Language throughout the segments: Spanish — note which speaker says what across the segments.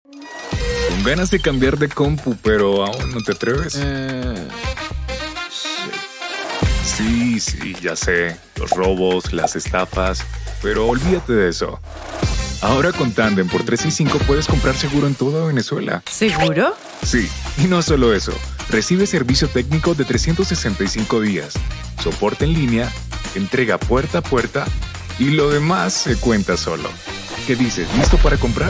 Speaker 1: Con ganas de cambiar de compu, pero aún no te atreves. Sí, ya sé. Los robos, las estafas. Pero olvídate de eso. Ahora con Tandem por 365 puedes comprar seguro en toda Venezuela.
Speaker 2: ¿Seguro?
Speaker 1: Sí, y no solo eso. Recibe servicio técnico de 365 días, soporte en línea, entrega puerta a puerta y lo demás se cuenta solo. ¿Qué dices? ¿Listo para comprar?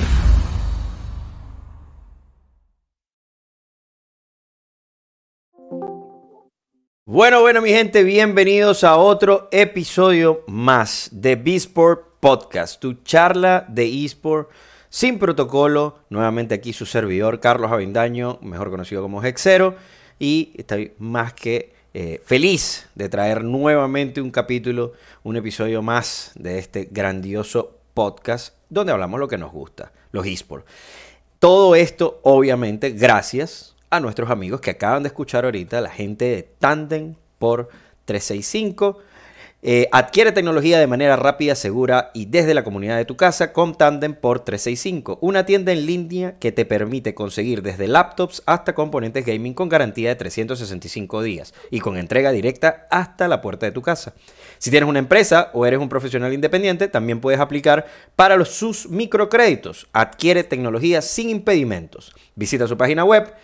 Speaker 3: Bueno, mi gente, bienvenidos a otro episodio más de B-Sport Podcast, tu charla de eSport sin protocolo. Nuevamente aquí su servidor, Carlos Avendaño, mejor conocido como Hexero, y estoy más que feliz de traer nuevamente un episodio más de este grandioso podcast donde hablamos lo que nos gusta, los eSports. Todo esto, obviamente, gracias a nuestros amigos que acaban de escuchar ahorita, la gente de Tandem por 365. Adquiere tecnología de manera rápida, segura y desde la comunidad de tu casa con Tandem por 365. Una tienda en línea que te permite conseguir desde laptops hasta componentes gaming con garantía de 365 días y con entrega directa hasta la puerta de tu casa. Si tienes una empresa o eres un profesional independiente, también puedes aplicar para sus microcréditos. Adquiere tecnología sin impedimentos. Visita su página web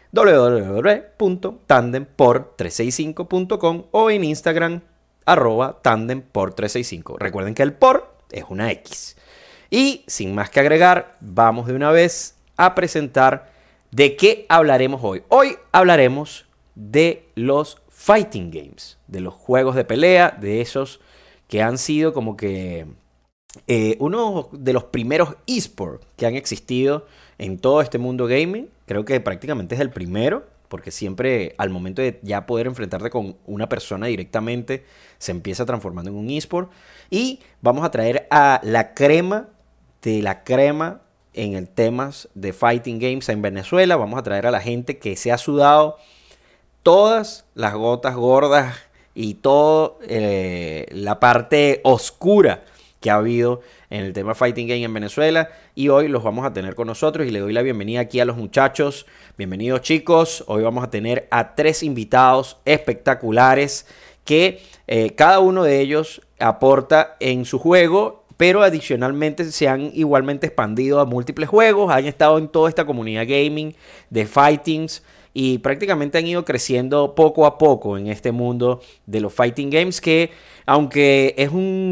Speaker 3: www.tandempor365.com o en Instagram @tandempor365. Recuerden que el por es una X. Y sin más que agregar, vamos de una vez a presentar de qué hablaremos hoy. Hoy hablaremos de los fighting games, de los juegos de pelea, de esos que han sido como que uno de los primeros eSports que han existido en todo este mundo gaming. Creo que prácticamente es el primero, porque siempre al momento de ya poder enfrentarte con una persona directamente, se empieza transformando en un eSport. Y vamos a traer a la crema de la crema en el temas de fighting games en Venezuela. Vamos a traer a la gente que se ha sudado todas las gotas gordas y toda la parte oscura que ha habido en el tema Fighting Game en Venezuela, y hoy los vamos a tener con nosotros y le doy la bienvenida aquí a los muchachos. Bienvenidos, chicos. Hoy vamos a tener a 3 invitados espectaculares que cada uno de ellos aporta en su juego, pero adicionalmente se han igualmente expandido a múltiples juegos, han estado en toda esta comunidad gaming de fightings y prácticamente han ido creciendo poco a poco en este mundo de los fighting games, que aunque es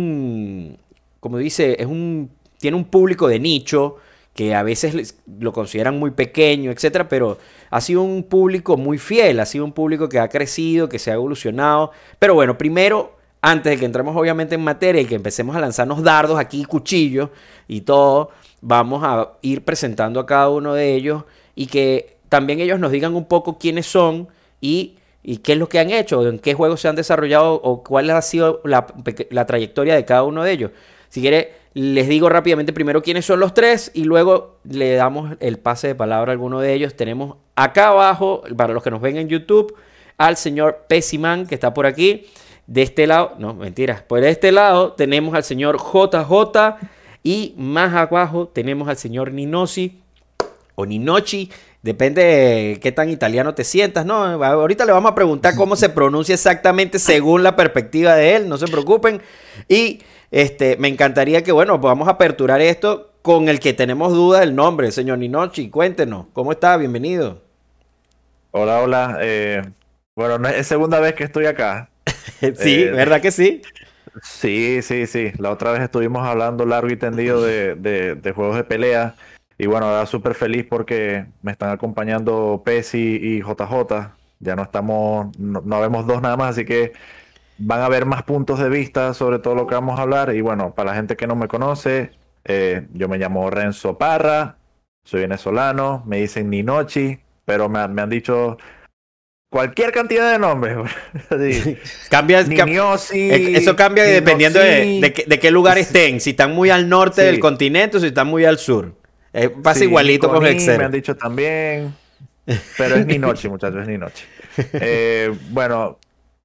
Speaker 3: como dice, tiene un público de nicho que a veces lo consideran muy pequeño, etcétera, pero ha sido un público muy fiel, ha sido un público que ha crecido, que se ha evolucionado. Pero bueno, primero, antes de que entremos obviamente en materia y que empecemos a lanzarnos dardos aquí, cuchillos y todo, vamos a ir presentando a cada uno de ellos y que también ellos nos digan un poco quiénes son y qué es lo que han hecho, en qué juegos se han desarrollado o cuál ha sido la trayectoria de cada uno de ellos. Si quiere, les digo rápidamente primero quiénes son los 3 y luego le damos el pase de palabra a alguno de ellos. Tenemos acá abajo, para los que nos ven en YouTube, al señor Pesiman, que está por aquí. De este lado, no, mentiras, por este lado tenemos al señor JJ y más abajo tenemos al señor Ninosi o Ninochi. Depende de qué tan italiano te sientas, ¿no? Ahorita le vamos a preguntar cómo se pronuncia exactamente según la perspectiva de él, no se preocupen. Y me encantaría que, bueno, podamos aperturar esto con el que tenemos dudas del nombre, señor Ninochi. Cuéntenos, ¿cómo está? Bienvenido.
Speaker 4: Hola. Bueno, no es segunda vez que estoy acá.
Speaker 3: Sí, ¿verdad que sí?
Speaker 4: Sí. La otra vez estuvimos hablando largo y tendido de juegos de pelea. Y bueno, ahora súper feliz porque me están acompañando Pesi y JJ. Ya no vemos 2 nada más, así que van a haber más puntos de vista sobre todo lo que vamos a hablar. Y bueno, para la gente que no me conoce, yo me llamo Renzo Parra, soy venezolano, me dicen Ninochi, pero me han dicho cualquier cantidad de nombres. Sí.
Speaker 3: Eso cambia dependiendo de qué lugar estén. Si están muy al norte del continente o si están muy al sur. Pasa igualito con Hexero.
Speaker 4: Me han dicho también. Pero es Ninochi, muchachos, es Ninochi. Bueno,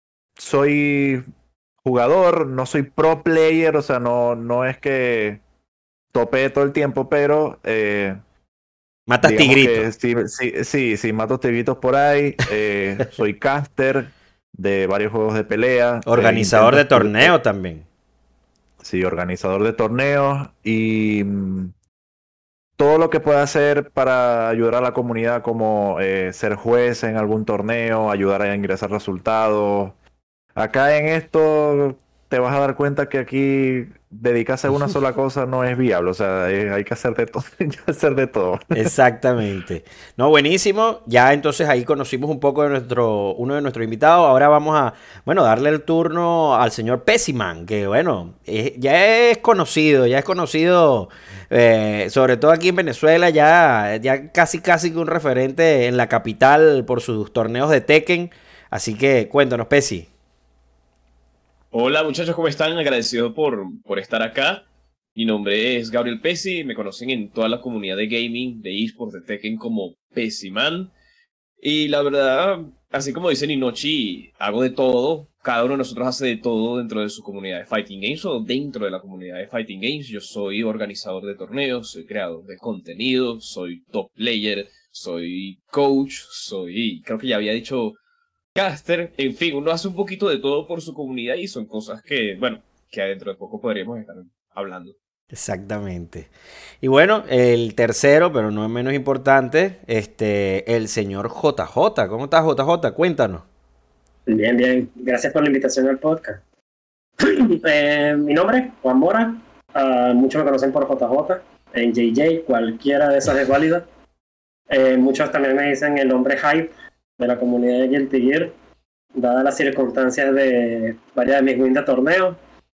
Speaker 4: soy jugador, no soy pro player, o sea, no es que topee todo el tiempo, pero
Speaker 3: Matas
Speaker 4: digamos
Speaker 3: tigritos.
Speaker 4: que sí, mato tigritos por ahí. Soy caster de varios juegos de pelea.
Speaker 3: Organizador de torneo también.
Speaker 4: Sí, organizador de torneos y todo lo que pueda hacer para ayudar a la comunidad, como ser juez en algún torneo, ayudar a ingresar resultados. Acá en esto te vas a dar cuenta que aquí dedicarse a una sola cosa no es viable. O sea, hay que hacer de todo. Hay que hacer de todo.
Speaker 3: Exactamente. No, buenísimo. Ya entonces ahí conocimos un poco de uno de nuestros invitados. Ahora vamos a, bueno, darle el turno al señor Pessiman, que bueno, ya es conocido, sobre todo aquí en Venezuela, ya casi que un referente en la capital por sus torneos de Tekken. Así que cuéntanos, Pessi.
Speaker 2: Hola muchachos, ¿cómo están? Agradecido por estar acá. Mi nombre es Gabriel Pesi, me conocen en toda la comunidad de gaming, de eSports, de Tekken como Pesiman. Y la verdad, así como dice Ninochi, hago de todo. Cada uno de nosotros hace de todo dentro de su comunidad de Fighting Games o dentro de la comunidad de Fighting Games. Yo soy organizador de torneos, soy creador de contenido, soy top player, soy coach, creo que ya había dicho caster, en fin, uno hace un poquito de todo por su comunidad y son cosas que, bueno, que dentro de poco podríamos estar hablando.
Speaker 3: Exactamente. Y bueno, el tercero, pero no es menos importante, el señor JJ. ¿Cómo estás, JJ? Cuéntanos.
Speaker 5: Bien, bien. Gracias por la invitación al podcast. Mi nombre es Juan Mora. Muchos me conocen por JJ. En JJ, cualquiera de esas es válida. Muchos también me dicen el nombre Hype de la comunidad de Guilty Gear, dadas las circunstancias de varias de mis wins de torneos.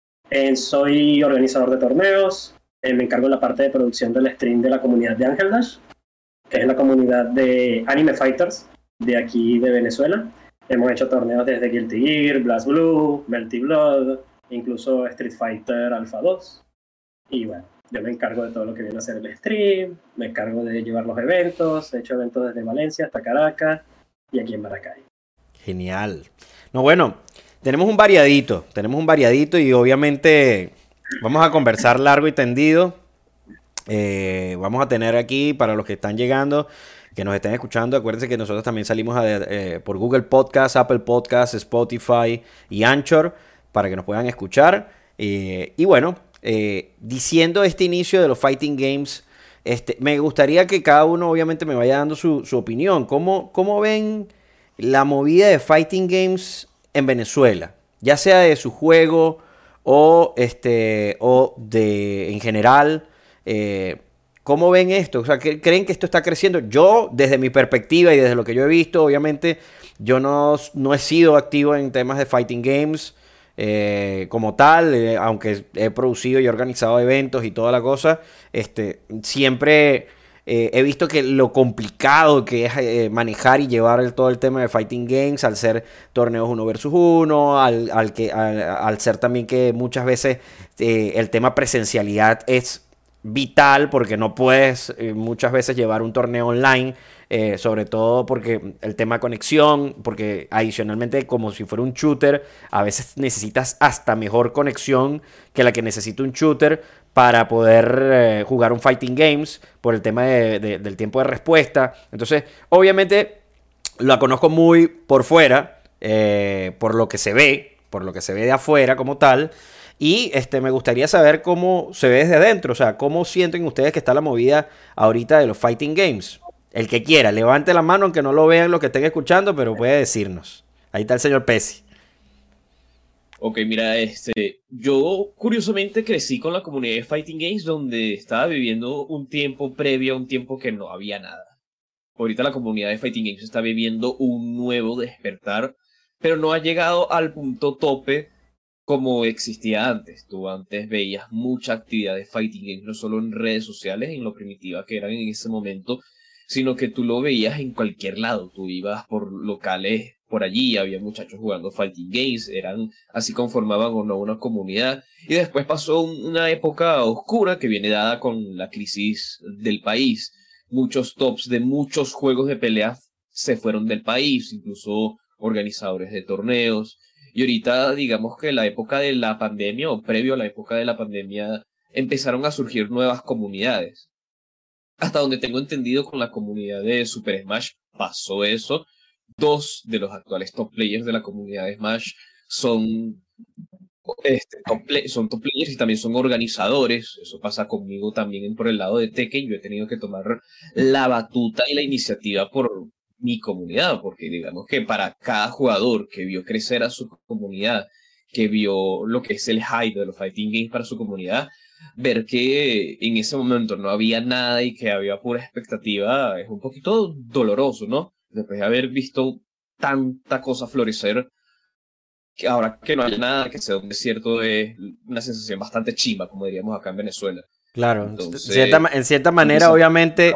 Speaker 5: Soy organizador de torneos. Me encargo de la parte de producción del stream de la comunidad de Angel Dash, que es la comunidad de anime fighters de aquí de Venezuela. Hemos hecho torneos desde Guilty Gear, Blast Blue, Melty Blood, incluso Street Fighter Alpha 2. Y bueno, yo me encargo de todo lo que viene a ser el stream, me encargo de llevar los eventos. He hecho eventos desde Valencia hasta Caracas y aquí en Maracay.
Speaker 3: Genial. No, bueno, tenemos un variadito y obviamente vamos a conversar largo y tendido. Vamos a tener aquí, para los que están llegando, que nos estén escuchando, acuérdense que nosotros también salimos por Google Podcast, Apple Podcast, Spotify y Anchor para que nos puedan escuchar. Y bueno, diciendo este inicio de los Fighting Games, me gustaría que cada uno obviamente me vaya dando su opinión. ¿Cómo ven la movida de Fighting Games en Venezuela? Ya sea de su juego o en general. ¿Cómo ven esto? O sea, ¿creen que esto está creciendo? Yo, desde mi perspectiva y desde lo que yo he visto, obviamente, yo no he sido activo en temas de Fighting Games como tal, aunque he producido y organizado eventos y toda la cosa. Siempre he visto que lo complicado que es manejar y llevar todo el tema de Fighting Games al ser torneos 1 versus 1, al ser también que muchas veces el tema presencialidad es vital porque no puedes muchas veces llevar un torneo online, sobre todo porque el tema conexión, porque adicionalmente como si fuera un shooter, a veces necesitas hasta mejor conexión que la que necesita un shooter para poder jugar un Fighting Games por el tema del tiempo de respuesta. Entonces, obviamente, la conozco muy por fuera, por lo que se ve de afuera como tal. Y me gustaría saber cómo se ve desde adentro, o sea, cómo sienten ustedes que está la movida ahorita de los Fighting Games. El que quiera, levante la mano, aunque no lo vean los que estén escuchando, pero puede decirnos. Ahí está el señor Pesci.
Speaker 2: Ok, mira, yo curiosamente crecí con la comunidad de Fighting Games donde estaba viviendo un tiempo previo a un tiempo que no había nada. Ahorita la comunidad de Fighting Games está viviendo un nuevo despertar, pero no ha llegado al punto tope como existía antes. Tú antes veías mucha actividad de Fighting Games, no solo en redes sociales, en lo primitiva que eran en ese momento, sino que tú lo veías en cualquier lado. Tú ibas por locales por allí, había muchachos jugando Fighting Games, así conformaban o no una comunidad. Y después pasó una época oscura que viene dada con la crisis del país. Muchos tops de muchos juegos de pelea se fueron del país, incluso organizadores de torneos. Y ahorita, digamos que la época de la pandemia, o previo a la época de la pandemia, empezaron a surgir nuevas comunidades. hasta donde tengo entendido con la comunidad de Super Smash pasó eso. 2 de los actuales top players de la comunidad de Smash son son top players y también son organizadores. Eso pasa conmigo también por el lado de Tekken. Yo he tenido que tomar la batuta y la iniciativa por mi comunidad, porque digamos que para cada jugador que vio crecer a su comunidad, que vio lo que es el hype de los fighting games para su comunidad, ver que en ese momento no había nada y que había pura expectativa es un poquito doloroso, ¿no? Después de haber visto tanta cosa florecer, que ahora que no haya nada, que sea un desierto, es una sensación bastante chimba, como diríamos acá en Venezuela.
Speaker 3: Claro,
Speaker 2: Entonces,
Speaker 3: en cierta manera, obviamente,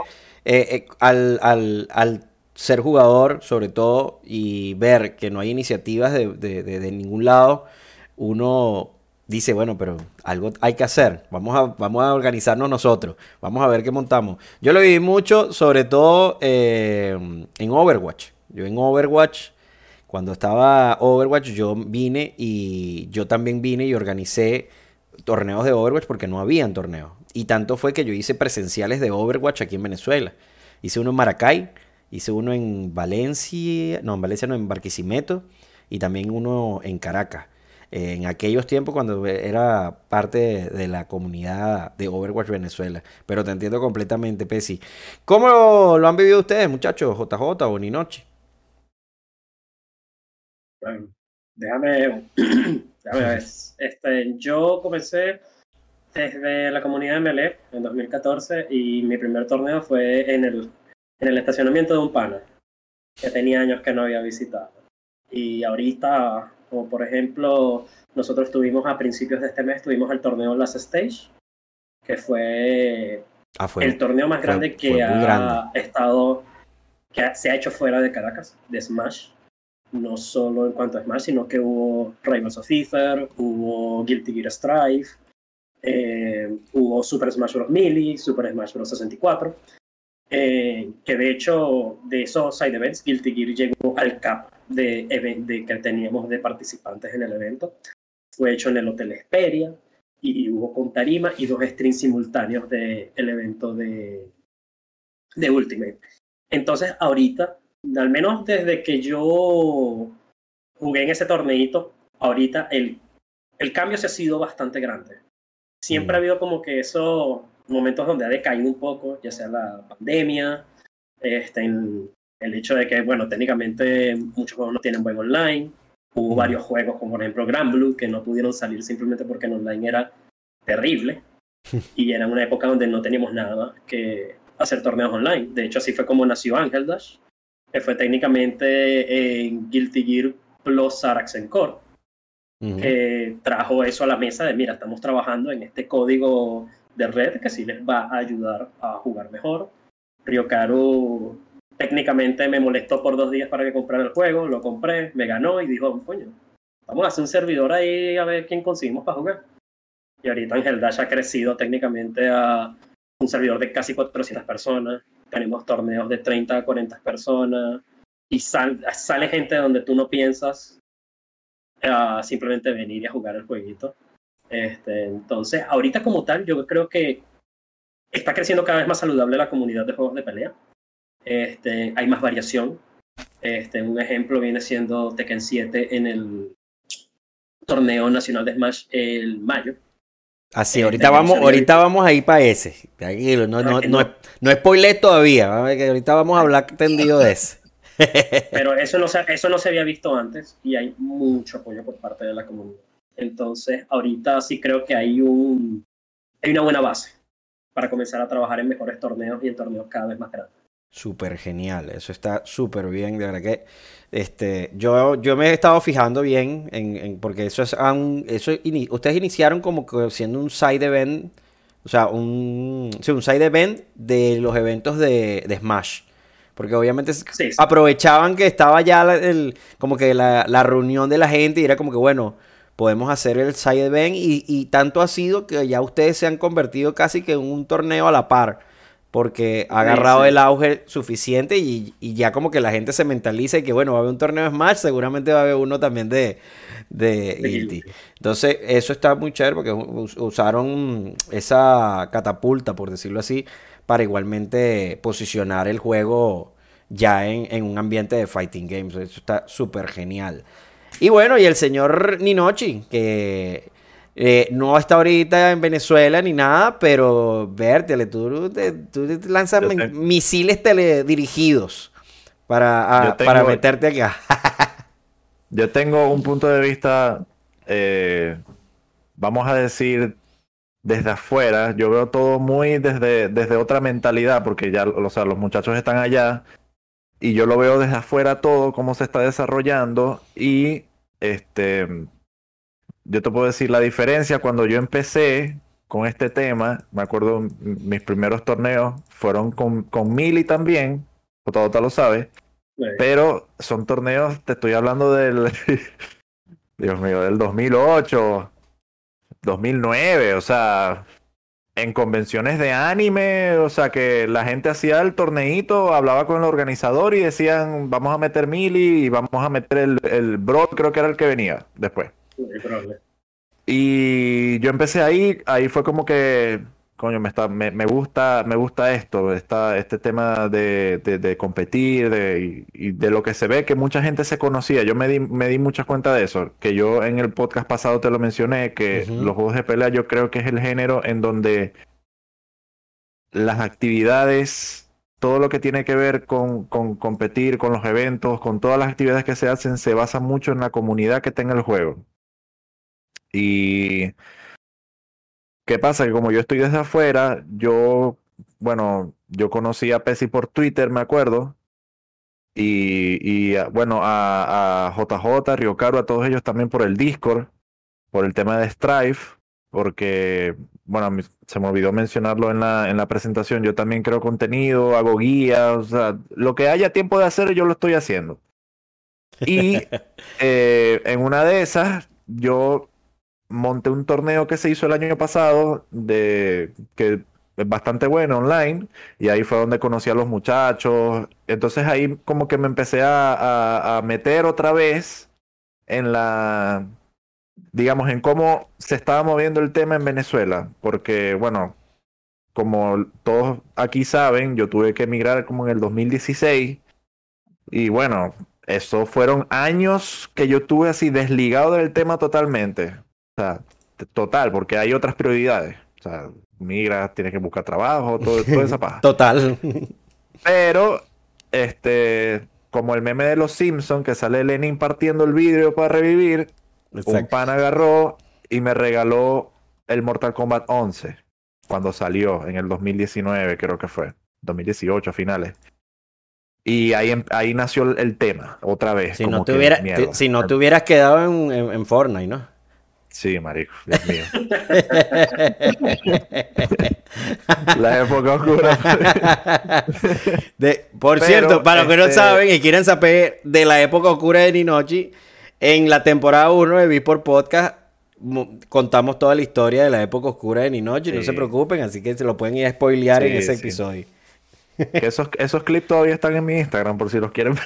Speaker 3: al ser jugador, sobre todo, y ver que no hay iniciativas de ningún lado, uno dice, bueno, pero algo hay que hacer. Vamos a organizarnos nosotros. Vamos a ver qué montamos. Yo lo viví mucho, sobre todo en Overwatch. Yo en Overwatch, cuando estaba Overwatch, yo también vine y organicé torneos de Overwatch porque no habían torneos. Y tanto fue que yo hice presenciales de Overwatch aquí en Venezuela. Hice uno en Maracay, hice uno en Valencia, no, en Barquisimeto, y también uno en Caracas. En aquellos tiempos cuando era parte de la comunidad de Overwatch Venezuela. Pero te entiendo completamente, Pesi. ¿Cómo lo han vivido ustedes, muchachos? JJ o Ninochi.
Speaker 5: Bueno, déjame ver. Yo comencé desde la comunidad de Melee en 2014 y mi primer torneo fue en el estacionamiento de un pana que tenía años que no había visitado. Y ahorita, como por ejemplo, nosotros tuvimos a principios de este mes, tuvimos el torneo Last Stage, que fue el torneo más grande que se ha hecho fuera de Caracas, de Smash. No solo en cuanto a Smash, sino que hubo Rivals of Ether, hubo Guilty Gear Strive, hubo Super Smash Bros. Melee, Super Smash Bros. 64, que de hecho de esos side events, Guilty Gear llegó al cap de que teníamos de participantes en el evento. Fue hecho en el Hotel Hesperia y hubo con tarima y 2 streams simultáneos del evento de Ultimate. Entonces ahorita, al menos desde que yo jugué en ese torneito, ahorita el cambio se ha sido bastante grande. Siempre ha habido como que esos momentos donde ha decaído un poco, ya sea la pandemia, el hecho de que, bueno, técnicamente muchos juegos no tienen buen online. Hubo varios juegos, como por ejemplo Granblue, que no pudieron salir simplemente porque el online era terrible. Y era una época donde no teníamos nada más que hacer torneos online. De hecho, así fue como nació Angel Dash, que fue técnicamente en Guilty Gear Plus Saraxen Core, que trajo eso a la mesa de, mira, estamos trabajando en este código de red que sí les va a ayudar a jugar mejor. Ryokaru técnicamente me molestó por 2 días para que comprara el juego, lo compré, me ganó y dijo, coño, vamos a hacer un servidor ahí a ver quién conseguimos para jugar. Y ahorita Angel Dash ha crecido técnicamente a un servidor de casi 400 personas. Tenemos torneos de 30 a 40 personas y sale gente donde tú no piensas simplemente venir y a jugar el jueguito. Entonces, ahorita como tal, yo creo que está creciendo cada vez más saludable la comunidad de juegos de pelea. Hay más variación. Un ejemplo viene siendo Tekken 7 en el torneo nacional de Smash el mayo.
Speaker 3: Así, ahorita vamos a ir para ese. Tranquilo, no spoilé todavía. Ahorita vamos a hablar tendido de ese.
Speaker 5: Pero eso no se había visto antes y hay mucho apoyo por parte de la comunidad. Entonces, ahorita sí creo que hay una buena base para comenzar a trabajar en mejores torneos y en torneos cada vez más grandes.
Speaker 3: Súper genial, eso está súper bien, de verdad que yo me he estado fijando bien porque ustedes iniciaron como que siendo un side event, o sea, un side event de los eventos de Smash, porque obviamente sí. Aprovechaban que estaba ya como que la reunión de la gente y era como que bueno, podemos hacer el side event y tanto ha sido que ya ustedes se han convertido casi que en un torneo a la par, porque ha agarrado el auge suficiente y ya como que la gente se mentaliza y que bueno, va a haber un torneo de Smash, seguramente va a haber uno también de Guilty. Entonces eso está muy chévere porque usaron esa catapulta, por decirlo así, para igualmente posicionar el juego ya en un ambiente de fighting games. Eso está súper genial. Y bueno, y el señor Ninochi, que no está ahorita en Venezuela ni nada, pero vértele, tú lanzas misiles teledirigidos para meterte acá.
Speaker 4: Yo tengo un punto de vista, vamos a decir, desde afuera. Yo veo todo muy desde otra mentalidad, porque ya, o sea, los muchachos están allá y yo lo veo desde afuera todo, cómo se está desarrollando y yo te puedo decir la diferencia cuando yo empecé con este tema. Me acuerdo mis primeros torneos fueron con Mili también, Jota lo sabe, pero son torneos, te estoy hablando del, Dios mío, del 2008, 2009, o sea, en convenciones de anime, o sea, que la gente hacía el torneito, hablaba con el organizador y decían, vamos a meter Mili y vamos a meter el Broad, creo que era el que venía después. Y yo empecé ahí fue como que, coño, me gusta esto, este tema de competir, y de lo que se ve que mucha gente se conocía. Yo me di mucha cuenta de eso, que yo en el podcast pasado te lo mencioné, que los juegos de pelea yo creo que es el género en donde las actividades, todo lo que tiene que ver con competir, con los eventos, con todas las actividades que se hacen, se basa mucho en la comunidad que tenga el juego. Y ¿qué pasa? Que como yo estoy desde afuera, yo conocí a Pesi por Twitter, me acuerdo, bueno, a JJ, a Ryokaru, a todos ellos también por el Discord, por el tema de Strife, porque, bueno, se me olvidó mencionarlo en la presentación, yo también creo contenido, hago guías, o sea, lo que haya tiempo de hacer, yo lo estoy haciendo. Y en una de esas, yo monté un torneo que se hizo el año pasado, que es bastante bueno online, y ahí fue donde conocí a los muchachos. Entonces ahí como que me empecé a meter otra vez en digamos, en cómo se estaba moviendo el tema en Venezuela, porque bueno, como todos aquí saben, yo tuve que emigrar como en el 2016, y bueno, eso fueron años que yo tuve así desligado del tema totalmente. O sea, total, porque hay otras prioridades. O sea, migras, tienes que buscar trabajo, toda esa paja.
Speaker 3: Total.
Speaker 4: Pero, como el meme de los Simpsons, que sale Lenin partiendo el vidrio para revivir, un pan agarró y me regaló el Mortal Kombat 11, cuando salió en el 2019, creo que fue. 2018 a finales. Y ahí nació el tema, otra vez.
Speaker 3: Si
Speaker 4: como
Speaker 3: no te hubieras quedado en Fortnite, ¿no?
Speaker 4: Sí, marico, Dios mío. La época oscura.
Speaker 3: Por cierto, para los que no saben y quieren saber de la época oscura de Ninochi, en la temporada 1 de Vispor Podcast contamos toda la historia de la época oscura de Ninochi. Sí. No se preocupen, así que se lo pueden ir a spoilear en ese episodio.
Speaker 4: Que esos clips todavía están en mi Instagram por si los quieren ver.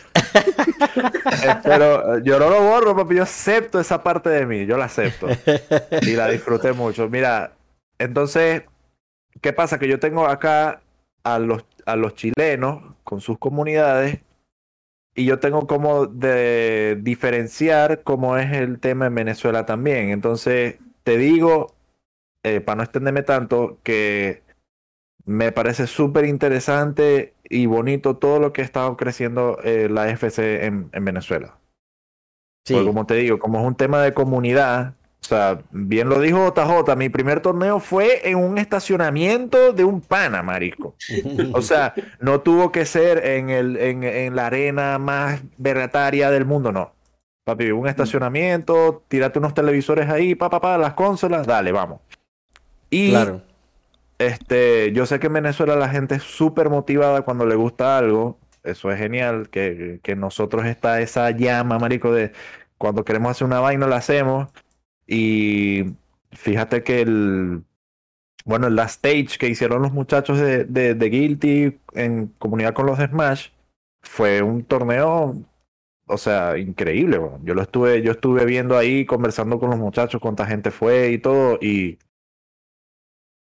Speaker 4: Pero yo no lo borro, papi. Yo acepto esa parte de mí. Yo la acepto. Y la disfruté mucho. Mira, entonces, ¿qué pasa? Que yo tengo acá a los chilenos con sus comunidades y yo tengo como de diferenciar cómo es el tema en Venezuela también. Entonces, te digo, para no extenderme tanto, que me parece súper interesante y bonito todo lo que ha estado creciendo la FC en Venezuela. Sí. Porque como te digo, como es un tema de comunidad, o sea, bien lo dijo JJ, mi primer torneo fue en un estacionamiento de un pana, marico. O sea, no tuvo que ser en la arena más berrataria del mundo, no. Papi, un estacionamiento, tírate unos televisores ahí, las consolas, dale, vamos. Y claro. Yo sé que en Venezuela la gente es súper motivada cuando le gusta algo. Eso es genial, que nosotros está esa llama, marico, de cuando queremos hacer una vaina la hacemos. Y fíjate que el last stage que hicieron los muchachos de Guilty en comunidad con los de Smash fue un torneo, o sea, increíble. Bueno. Yo estuve viendo ahí, conversando con los muchachos, cuánta gente fue y todo, y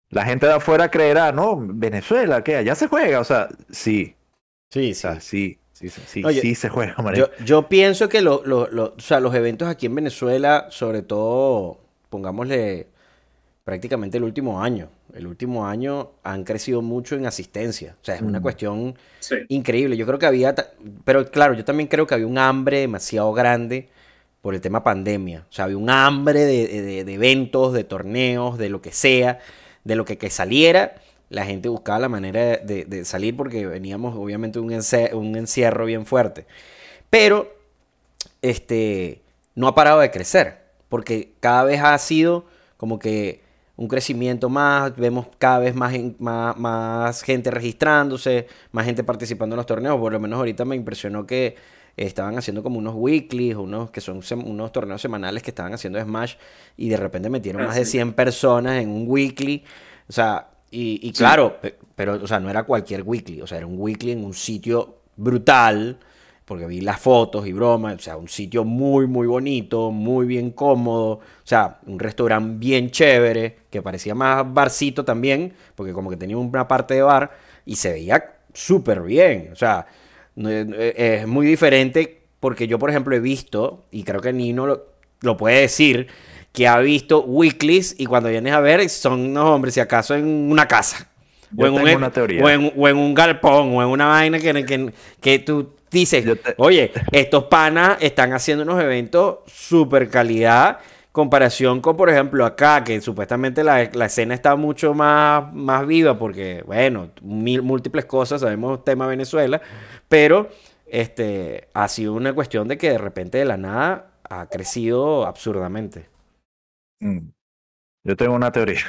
Speaker 4: La gente de afuera creerá, no, Venezuela, ¿qué? Allá se juega, o sea, sí,
Speaker 3: Sí,
Speaker 4: o
Speaker 3: sí.
Speaker 4: sea, sí,
Speaker 3: Oye,
Speaker 4: sí se juega, marico.
Speaker 3: yo pienso que o sea, los eventos aquí en Venezuela, sobre todo, pongámosle prácticamente el último año han crecido mucho en asistencia. O sea, es una
Speaker 4: Mm.
Speaker 3: cuestión
Speaker 5: Sí.
Speaker 3: increíble. Yo creo que pero claro, yo también creo que había un hambre demasiado grande por el tema pandemia. O sea, había un hambre de eventos, de torneos, de lo que sea, de lo que saliera. La gente buscaba la manera de salir porque veníamos obviamente de un encierro bien fuerte. Pero no ha parado de crecer, porque cada vez ha sido como que un crecimiento más, vemos cada vez más gente registrándose, más gente participando en los torneos. Por lo menos ahorita me impresionó que estaban haciendo como unos weeklies, unos que son unos torneos semanales que estaban haciendo Smash, y de repente metieron más de
Speaker 5: Sí.
Speaker 3: 100 personas en un weekly. O sea, y
Speaker 5: Sí.
Speaker 3: claro, pero o sea, no era cualquier weekly, o sea, era un weekly en un sitio brutal, porque vi las fotos y bromas, o sea, un sitio muy, muy bonito, muy bien cómodo, o sea, un restaurante bien chévere, que parecía más barcito también, porque como que tenía una parte de bar, y se veía súper bien, o sea, es muy diferente, porque yo, por ejemplo, he visto, y creo que Nino lo puede decir, que ha visto weeklies, y cuando vienes a ver, son unos hombres, si acaso en una casa. O
Speaker 4: Yo
Speaker 3: en, un,
Speaker 4: tengo una teoría.
Speaker 3: o en un galpón, o en una vaina que tú dices,
Speaker 4: Yo te-
Speaker 3: oye, estos panas están haciendo unos eventos super calidad, comparación con, por ejemplo, acá, que supuestamente la escena está mucho más viva, porque, bueno, múltiples cosas, sabemos tema Venezuela, pero ha sido una cuestión de que de repente de la nada ha crecido absurdamente.
Speaker 4: Mm. Yo tengo una teoría.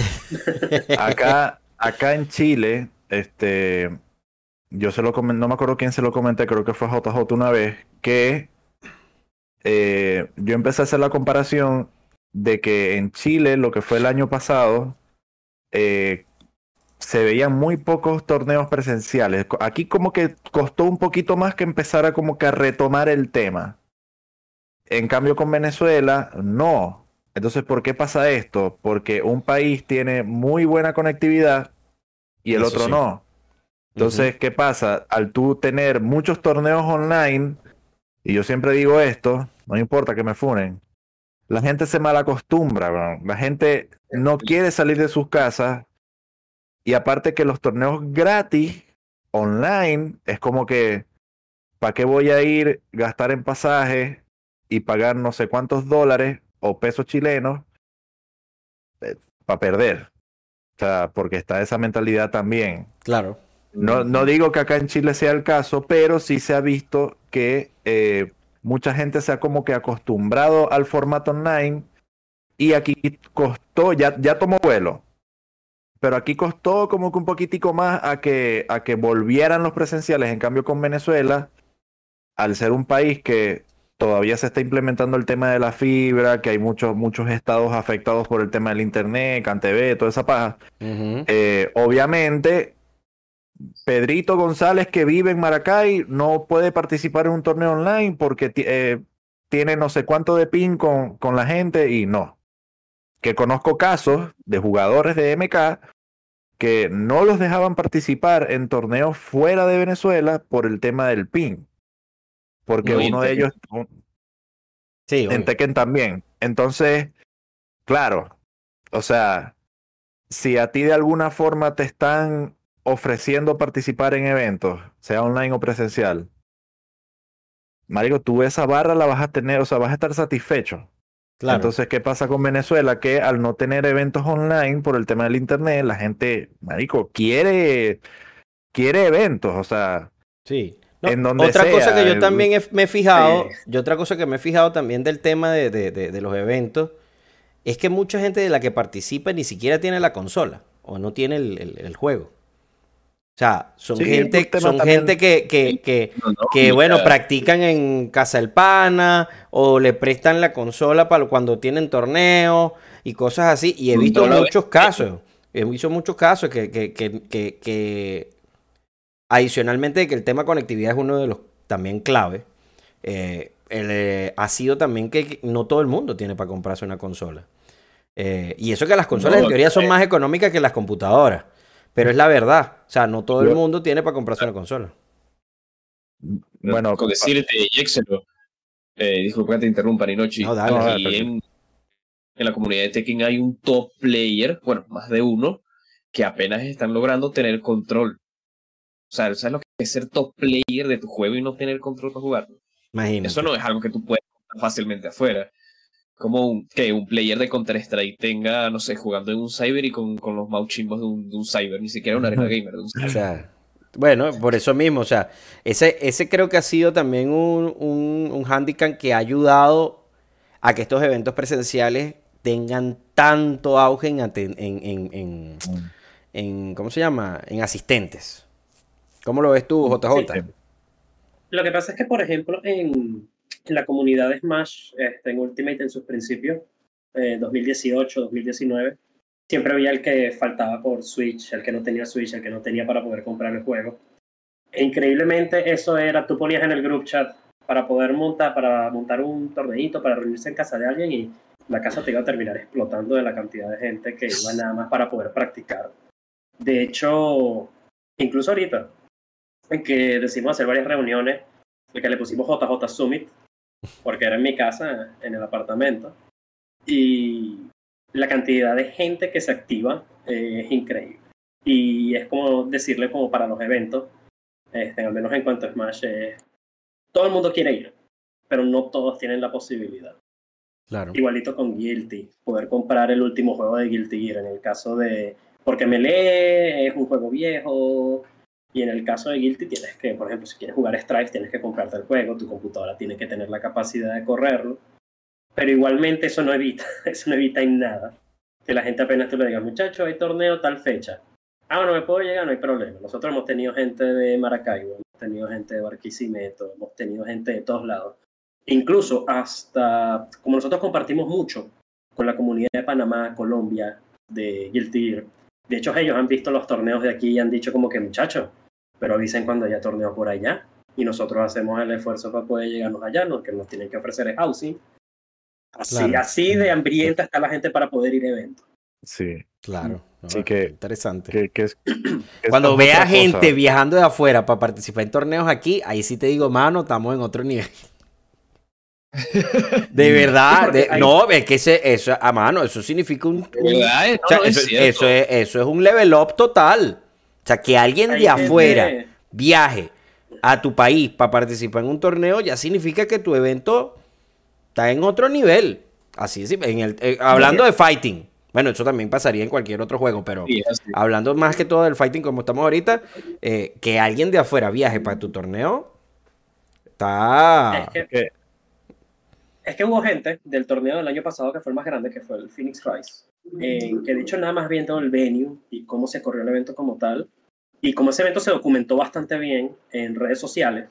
Speaker 4: Acá en Chile, yo se lo comenté, no me acuerdo quién se lo comenté, creo que fue a JJ una vez, que yo empecé a hacer la comparación de que en Chile, lo que fue el año pasado, eh, se veían muy pocos torneos presenciales. Aquí como que costó un poquito más que empezar a como que a retomar el tema. En cambio con Venezuela, no. Entonces, ¿por qué pasa esto? Porque un país tiene muy buena conectividad y el
Speaker 3: Eso
Speaker 4: otro
Speaker 3: sí.
Speaker 4: no. Entonces, ¿qué pasa? Al tú tener muchos torneos online, y yo siempre digo esto, no importa que me funen, la gente se malacostumbra, bro. La gente no quiere salir de sus casas, y aparte que los torneos gratis online es como que, ¿para qué voy a ir, gastar en pasajes y pagar no sé cuántos dólares o pesos chilenos para perder? O sea, porque está esa mentalidad también.
Speaker 3: Claro.
Speaker 4: No digo que acá en Chile sea el caso, pero sí se ha visto que mucha gente se ha como que acostumbrado al formato online, y aquí costó, ya tomó vuelo, pero aquí costó como que un poquitico más a que volvieran los presenciales. En cambio con Venezuela, al ser un país que todavía se está implementando el tema de la fibra, que hay muchos estados afectados por el tema del internet, CanTV, toda esa paja,
Speaker 3: Ujú.
Speaker 4: obviamente Pedrito González, que vive en Maracay, no puede participar en un torneo online porque tiene no sé cuánto de ping con la gente, y no. Que conozco casos de jugadores de MK que no los dejaban participar en torneos fuera de Venezuela por el tema del ping. Porque
Speaker 2: No, y en
Speaker 4: uno de ellos
Speaker 3: Sí,
Speaker 4: en
Speaker 3: obvio.
Speaker 4: Tekken también. Entonces, claro, o sea, si a ti de alguna forma te están ofreciendo participar en eventos, sea online o presencial, marico, tú esa barra la vas a tener, o sea, vas a estar satisfecho.
Speaker 3: Claro.
Speaker 4: Entonces, ¿qué pasa con Venezuela? Que al no tener eventos online por el tema del internet, la gente, marico, quiere eventos, o sea,
Speaker 3: Sí. No,
Speaker 4: en donde
Speaker 3: otra cosa que
Speaker 4: sea.
Speaker 3: yo también me he
Speaker 5: Sí.
Speaker 3: fijado, y otra cosa que me he fijado también del tema de los eventos, es que mucha gente de la que participa ni siquiera tiene la consola o no tiene el juego. O sea,
Speaker 4: Sí, por tema
Speaker 3: son gente
Speaker 4: también.
Speaker 2: No, no,
Speaker 3: que, bueno,
Speaker 2: mira,
Speaker 3: practican en casa del pana o le prestan la consola para cuando tienen torneos y cosas así. Y he visto
Speaker 2: no lo ves.
Speaker 3: muchos casos, que adicionalmente de que el tema conectividad es uno de los también clave, ha sido también que no todo el mundo tiene para comprarse una consola. Y eso que las consolas en teoría son más económicas que las computadoras. Pero es la verdad. O sea, no todo el mundo tiene para comprarse una consola.
Speaker 2: Bueno, con decirte, Excelo, disculpa que te interrumpa, Ninochi.
Speaker 3: No, dale,
Speaker 2: aquí en la comunidad de Tekken hay un top player, bueno, más de uno, que apenas están logrando tener control. O sea, ¿sabes lo que es ser top player de tu juego y no tener control para jugarlo?
Speaker 3: Imagínate.
Speaker 2: Eso no es algo que tú puedes encontrar fácilmente afuera. Como un player de Counter-Strike tenga, no sé, jugando en un cyber y con los mouse chimbos de un cyber, ni siquiera una arena gamer de un cyber.
Speaker 3: O sea, bueno, por eso mismo, o sea, ese creo que ha sido también un handicap que ha ayudado a que estos eventos presenciales tengan tanto auge en ¿cómo se llama? En asistentes. ¿Cómo lo ves tú, JJ?
Speaker 5: Sí. Lo que pasa es que, por ejemplo, en la comunidad de Smash, en Ultimate en sus principios, 2018, 2019, siempre había el que faltaba por Switch, el que no tenía Switch, el que no tenía para poder comprar el juego. E increíblemente eso era, tú ponías en el group chat para montar un torneito, para reunirse en casa de alguien y la casa te iba a terminar explotando de la cantidad de gente que iba nada más para poder practicar. De hecho, incluso ahorita, en que decidimos hacer varias reuniones, el que le pusimos JJ Summit, porque era en mi casa, en el apartamento, y la cantidad de gente que se activa es increíble. Y es como decirle como para los eventos, al menos en cuanto a Smash, todo el mundo quiere ir, pero no todos tienen la posibilidad.
Speaker 3: Claro.
Speaker 5: Igualito con Guilty, poder comprar el último juego de Guilty Gear, en el caso de... Porque Melee es un juego viejo, y en el caso de Guilty tienes que, por ejemplo, si quieres jugar Strife, tienes que comprarte el juego, tu computadora tiene que tener la capacidad de correrlo, pero igualmente eso no evita en nada que la gente apenas tú le digas, muchacho, hay torneo tal fecha. Ah, no me puedo llegar, no hay problema. Nosotros hemos tenido gente de Maracaibo, hemos tenido gente de Barquisimeto, hemos tenido gente de todos lados. Incluso hasta, como nosotros compartimos mucho con la comunidad de Panamá, Colombia, de Guilty Gear, de hecho ellos han visto los torneos de aquí y han dicho como que, muchachos, pero avisen cuando haya torneo por allá. Y nosotros hacemos el esfuerzo para poder llegarnos allá, lo que nos tienen que ofrecer es housing. Así de hambrienta está la gente para poder ir a eventos.
Speaker 4: Sí.
Speaker 3: Claro.
Speaker 4: Sí, que
Speaker 3: interesante.
Speaker 4: Que
Speaker 3: cuando vea gente viajando de afuera para participar en torneos aquí, ahí sí te digo, mano, estamos en otro nivel. De verdad, no, es que eso, a mano, eso significa eso es un level up total. O sea, que alguien de afuera viaje a tu país para participar en un torneo ya significa que tu evento está en otro nivel. Así es, hablando de fighting. Bueno, eso también pasaría en cualquier otro juego, pero hablando más que todo del fighting como estamos ahorita, que alguien de afuera viaje para tu torneo, está...
Speaker 5: Es que hubo gente del torneo del año pasado que fue el más grande, que fue el Phoenix Rise, que de hecho nada más viendo el venue y cómo se corrió el evento como tal, y como ese evento se documentó bastante bien en redes sociales,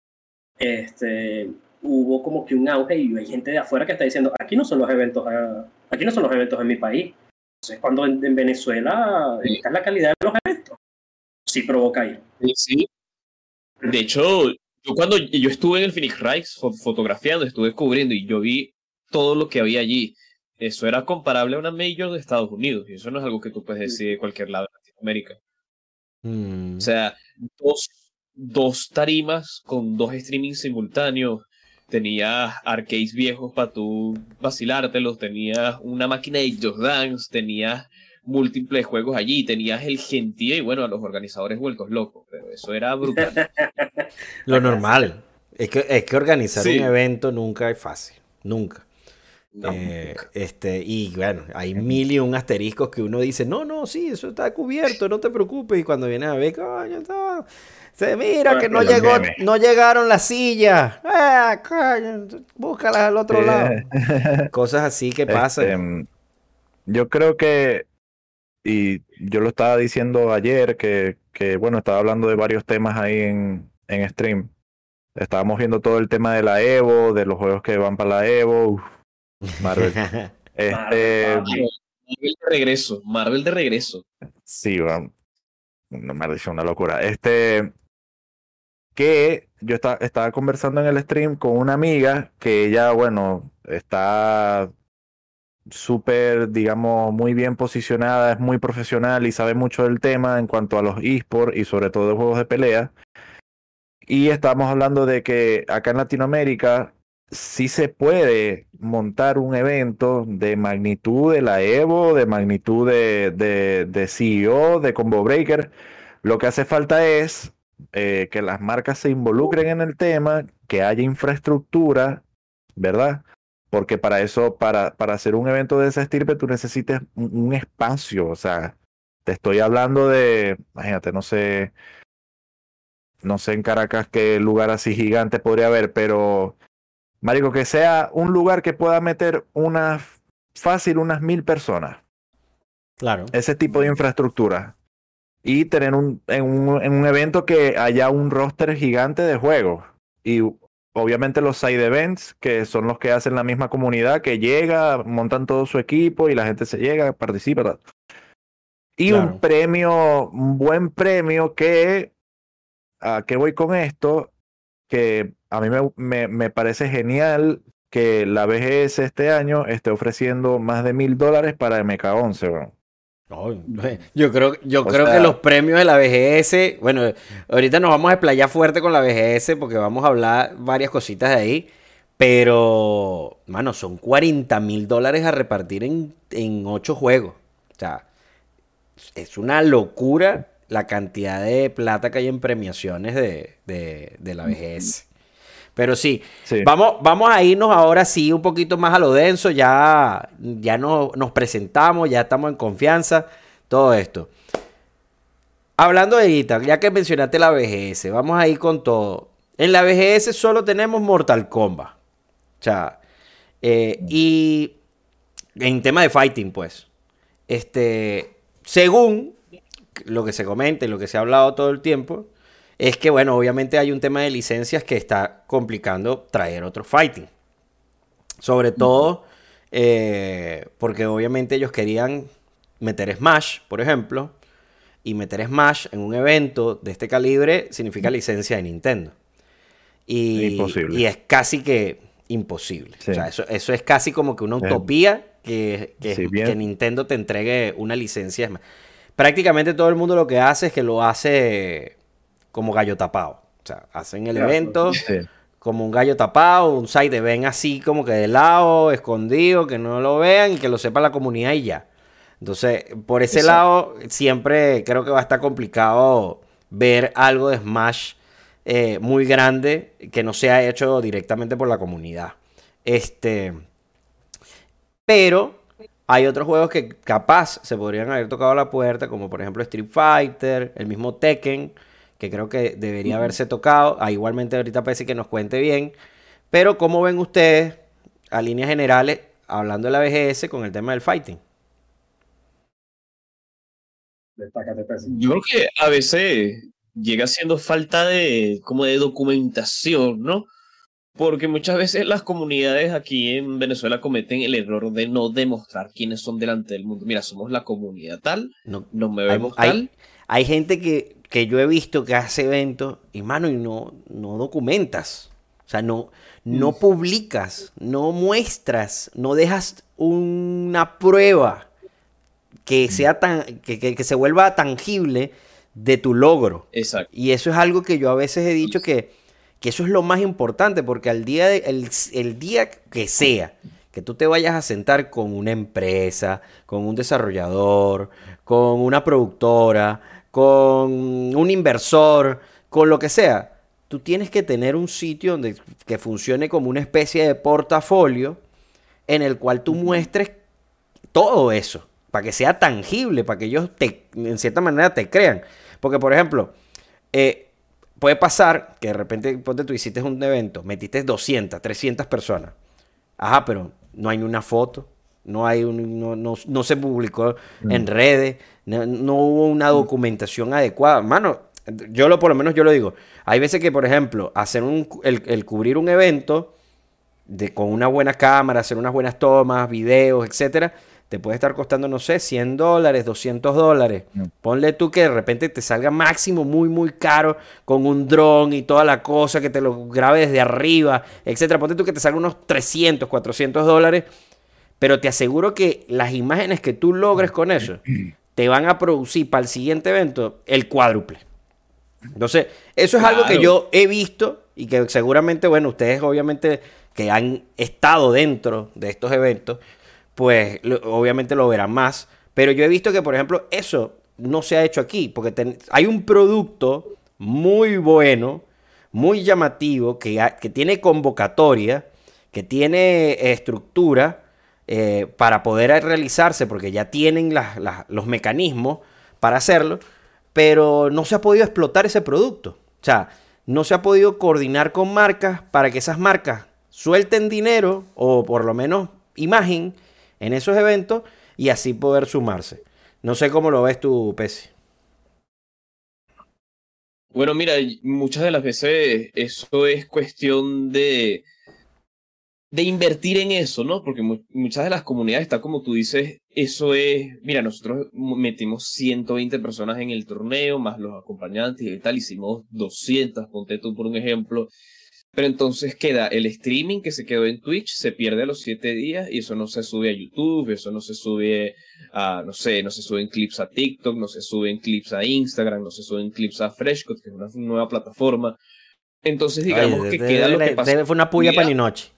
Speaker 5: hubo como que un auge y hay gente de afuera que está diciendo, aquí no son los eventos en mi país. Entonces cuando en Venezuela esta es la calidad de los eventos, sí provoca ir.
Speaker 2: Sí. De hecho, cuando yo estuve en el Phoenix Rise fotografiando, estuve cubriendo y yo vi todo lo que había allí. Eso era comparable a una Major de Estados Unidos y eso no es algo que tú puedes decir de cualquier lado de Latinoamérica. O sea, dos tarimas con 2 streamings simultáneos. Tenías arcades viejos para tú vacilártelos, tenías una máquina de Just Dance, tenías múltiples juegos allí, tenías el gentío y bueno, a los organizadores vueltos locos, pero eso era brutal.
Speaker 3: Lo normal, es que organizar un evento nunca es fácil, nunca.
Speaker 2: No.
Speaker 3: Y bueno, hay 1001 asteriscos que uno dice, no, sí, eso está cubierto, no te preocupes, y cuando vienes a ver, coño, está... Mira que no llegaron las sillas. Búscalas al otro lado. Cosas así que pasan.
Speaker 4: Yo creo que, y yo lo estaba diciendo ayer, que bueno, estaba hablando de varios temas ahí en stream. Estábamos viendo todo el tema de la Evo, de los juegos que van para la Evo. Marvel.
Speaker 2: Marvel de regreso.
Speaker 4: Sí, bueno, una maldición, una locura. Que yo estaba conversando en el stream con una amiga que ella, bueno, está súper, digamos, muy bien posicionada, es muy profesional y sabe mucho del tema en cuanto a los esports y sobre todo de juegos de pelea. Y estamos hablando de que acá en Latinoamérica sí se puede montar un evento de magnitud de la Evo, de magnitud de CEO, de Combo Breaker. Lo que hace falta es que las marcas se involucren en el tema, que haya infraestructura, ¿verdad? Porque para eso, para hacer un evento de esa estirpe, tú necesitas un espacio. O sea, te estoy hablando de, imagínate, no sé en Caracas qué lugar así gigante podría haber, pero marico, que sea un lugar que pueda meter fácil unas 1000 personas.
Speaker 3: Claro.
Speaker 4: Ese tipo de infraestructura. Y tener en un evento que haya un roster gigante de juegos. Y obviamente los side events, que son los que hacen la misma comunidad, que llega, montan todo su equipo y la gente se llega, participa. Tal. Y
Speaker 3: Claro.
Speaker 4: un buen premio que, ¿a qué voy con esto? Que a mí me parece genial que la BGS este año esté ofreciendo más de $1000 para MK11, bro.
Speaker 3: No, yo creo
Speaker 4: sea,
Speaker 3: que los premios de la BGS, bueno, ahorita nos vamos a explayar fuerte con la BGS porque vamos a hablar varias cositas de ahí, pero, mano, son $40,000 a repartir en 8 juegos. O sea, es una locura la cantidad de plata que hay en premiaciones de la BGS. Pero sí,
Speaker 4: sí.
Speaker 3: vamos a irnos ahora sí un poquito más a lo denso. Ya nos presentamos, ya estamos en confianza, todo esto. Hablando de ahorita, ya que mencionaste la BGS, vamos a ir con todo. En la BGS solo tenemos Mortal Kombat. O sea, y en tema de fighting, pues. Según lo que se comenta y lo que se ha hablado todo el tiempo, es que, bueno, obviamente hay un tema de licencias que está complicando traer otro fighting. Sobre todo porque obviamente ellos querían meter Smash, por ejemplo, y meter Smash en un evento de este calibre significa licencia de Nintendo.
Speaker 4: Imposible.
Speaker 3: Y es casi que imposible.
Speaker 4: Sí.
Speaker 3: O sea, eso es casi como que una utopía que Nintendo te entregue una licencia. Prácticamente todo el mundo lo que hace es que lo hace como gallo tapado. O sea, hacen el evento como un gallo tapado, un side event así como que de lado, escondido, que no lo vean y que lo sepa la comunidad y ya. Entonces, por ese lado, siempre creo que va a estar complicado ver algo de Smash muy grande que no sea hecho directamente por la comunidad. Pero hay otros juegos que capaz se podrían haber tocado la puerta, como por ejemplo Street Fighter, el mismo Tekken, que creo que debería haberse tocado. Igualmente ahorita parece que nos cuente bien. Pero ¿cómo ven ustedes, a líneas generales, hablando de la BGS con el tema del fighting?
Speaker 2: Yo creo que a veces llega siendo falta como de documentación, ¿no? Porque muchas veces las comunidades aquí en Venezuela cometen el error de no demostrar quiénes son delante del mundo. Mira, somos la comunidad tal, nos movemos tal.
Speaker 3: Hay gente que yo he visto que hace eventos y, mano, y no documentas. O sea, no publicas, no muestras, no dejas una prueba que sea que se vuelva tangible de tu logro.
Speaker 2: Exacto.
Speaker 3: Y eso es algo que yo a veces he dicho que eso es lo más importante, porque el día que sea que tú te vayas a sentar con una empresa, con un desarrollador, con una productora, con un inversor, con lo que sea, tú tienes que tener un sitio que funcione como una especie de portafolio en el cual tú muestres todo eso, para que sea tangible, para que ellos en cierta manera te crean. Porque, por ejemplo, puede pasar que de repente, ponte, tú hiciste un evento, metiste 200, 300 personas. Ajá, pero no hay ni una foto, no se publicó en redes, no hubo una documentación adecuada. Mano, por lo menos yo lo digo. Hay veces que, por ejemplo, hacer el cubrir un evento con una buena cámara, hacer unas buenas tomas, videos, etcétera, te puede estar costando, no sé, $100, $200. Ponle tú que de repente te salga máximo muy, muy caro con un dron y toda la cosa, que te lo grabe desde arriba, etcétera. Ponte tú que te salga unos $300, $400. pero te aseguro que las imágenes que tú logres con eso te van a producir para el siguiente evento el cuádruple. Entonces, eso es algo que
Speaker 2: Claro.
Speaker 3: yo he visto y que seguramente, bueno, ustedes obviamente que han estado dentro de estos eventos, pues obviamente lo verán más. Pero yo he visto que, por ejemplo, eso no se ha hecho aquí, porque hay un producto muy bueno, muy llamativo, que tiene convocatoria, que tiene estructura para poder realizarse, porque ya tienen los mecanismos para hacerlo, pero no se ha podido explotar ese producto. O sea, no se ha podido coordinar con marcas para que esas marcas suelten dinero o por lo menos imagen en esos eventos y así poder sumarse. No sé cómo lo ves tú, Pesi.
Speaker 2: Bueno, mira, muchas de las veces eso es cuestión de invertir en eso, ¿no? Porque muchas de las comunidades está como tú dices, eso es, mira, nosotros metimos 120 personas en el torneo, más los acompañantes y tal, hicimos 200, ponte tú por un ejemplo, pero entonces queda el streaming que se quedó en Twitch, se pierde a los 7 días y eso no se sube a YouTube, eso no se sube a, no sé, no se suben clips a TikTok, no se suben clips a Instagram, no se suben clips a Freshcut, que es una nueva plataforma. Entonces digamos que queda lo que pasa.
Speaker 3: Fue una puya para Ninoche.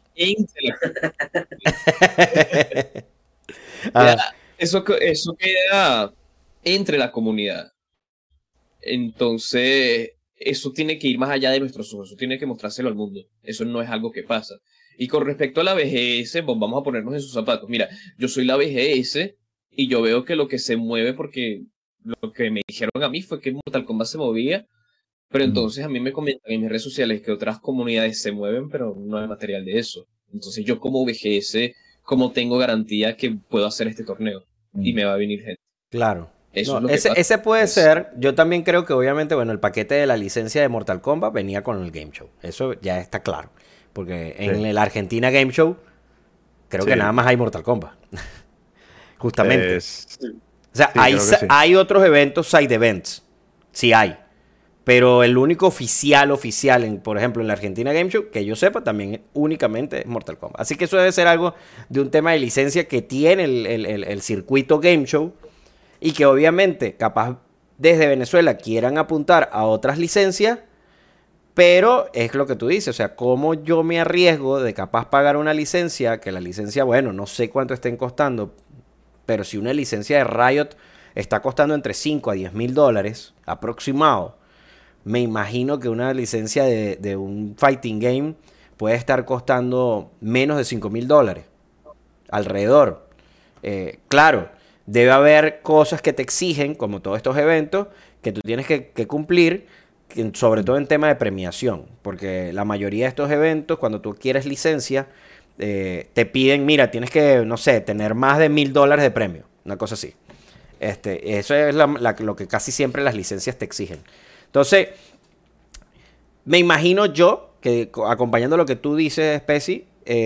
Speaker 2: Eso queda entre la comunidad. Entonces, eso tiene que ir más allá de nuestros ojos, eso tiene que mostrárselo al mundo. Eso no es algo que pasa. Y con respecto a la BGS, pues vamos a ponernos en sus zapatos. Mira, yo soy la BGS y yo veo que lo que se mueve, porque lo que me dijeron a mí fue que Mortal Kombat se movía, pero entonces a mí me comentan en mis redes sociales que otras comunidades se mueven, pero no hay material de eso. Entonces yo como BGS, como tengo garantía que puedo hacer este torneo y me va a venir gente.
Speaker 3: Claro.
Speaker 2: Eso
Speaker 3: No,
Speaker 2: es lo que pasa.
Speaker 3: ese puede ser. Yo también creo que obviamente, bueno, el paquete de la licencia de Mortal Kombat venía con el Game Show. Eso ya está claro. Porque en el Argentina Game Show creo que nada más hay Mortal Kombat. Justamente. O sea, hay otros eventos, side events. Sí hay. Pero el único oficial, por ejemplo, en la Argentina Game Show, que yo sepa, también únicamente es Mortal Kombat. Así que eso debe ser algo de un tema de licencia que tiene el circuito Game Show y que obviamente, capaz desde Venezuela quieran apuntar a otras licencias, pero es lo que tú dices, o sea, ¿cómo yo me arriesgo de capaz pagar una licencia, que la licencia, bueno, no sé cuánto estén costando, pero si una licencia de Riot está costando entre 5 a 10 mil dólares aproximado, me imagino que una licencia de un fighting game puede estar costando menos de 5 mil dólares. Alrededor. Claro, debe haber cosas que te exigen, como todos estos eventos, que tú tienes que cumplir, sobre todo en tema de premiación. Porque la mayoría de estos eventos, cuando tú quieres licencia, te piden, mira, tienes que, no sé, tener más de $1,000 de premio. Una cosa así. Eso es lo que casi siempre las licencias te exigen. Entonces, me imagino yo que acompañando lo que tú dices, Speci,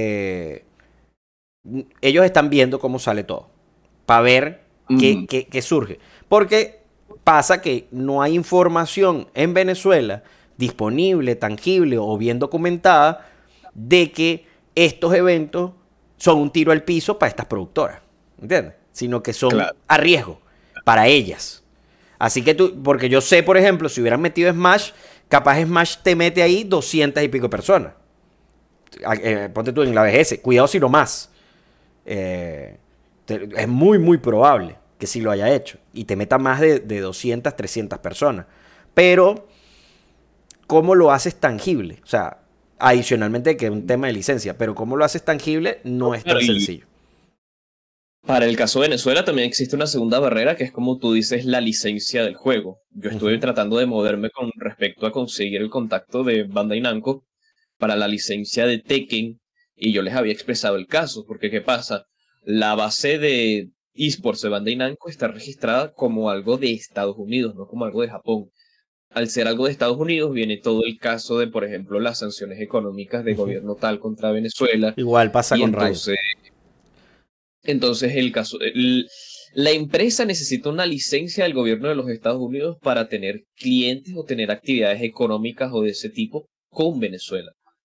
Speaker 3: ellos están viendo cómo sale todo para ver qué surge. Porque pasa que no hay información en Venezuela disponible, tangible o bien documentada de que estos eventos son un tiro al piso para estas productoras, ¿entiendes? Sino que son a riesgo para ellas. Así que porque yo sé, por ejemplo, si hubieran metido Smash, capaz Smash te mete ahí 200 y pico personas. Ponte tú en la BGS, cuidado si no más. Es muy, muy probable que sí lo haya hecho. Y te meta más de 200, 300 personas. Pero, ¿cómo lo haces tangible? O sea, adicionalmente que es un tema de licencia, pero ¿cómo lo haces tangible? No es tan sencillo.
Speaker 2: Para el caso de Venezuela también existe una segunda barrera que es, como tú dices, la licencia del juego. Yo estuve tratando de moverme con respecto a conseguir el contacto de Bandai Namco para la licencia de Tekken y yo les había expresado el caso, porque ¿qué pasa? La base de esports de Bandai Namco está registrada como algo de Estados Unidos, no como algo de Japón. Al ser algo de Estados Unidos viene todo el caso de, por ejemplo, las sanciones económicas del gobierno tal contra Venezuela.
Speaker 3: Igual pasa con Riot.
Speaker 2: Entonces la empresa necesita una licencia del gobierno de los Estados Unidos para tener clientes o tener actividades económicas o de ese tipo con Venezuela.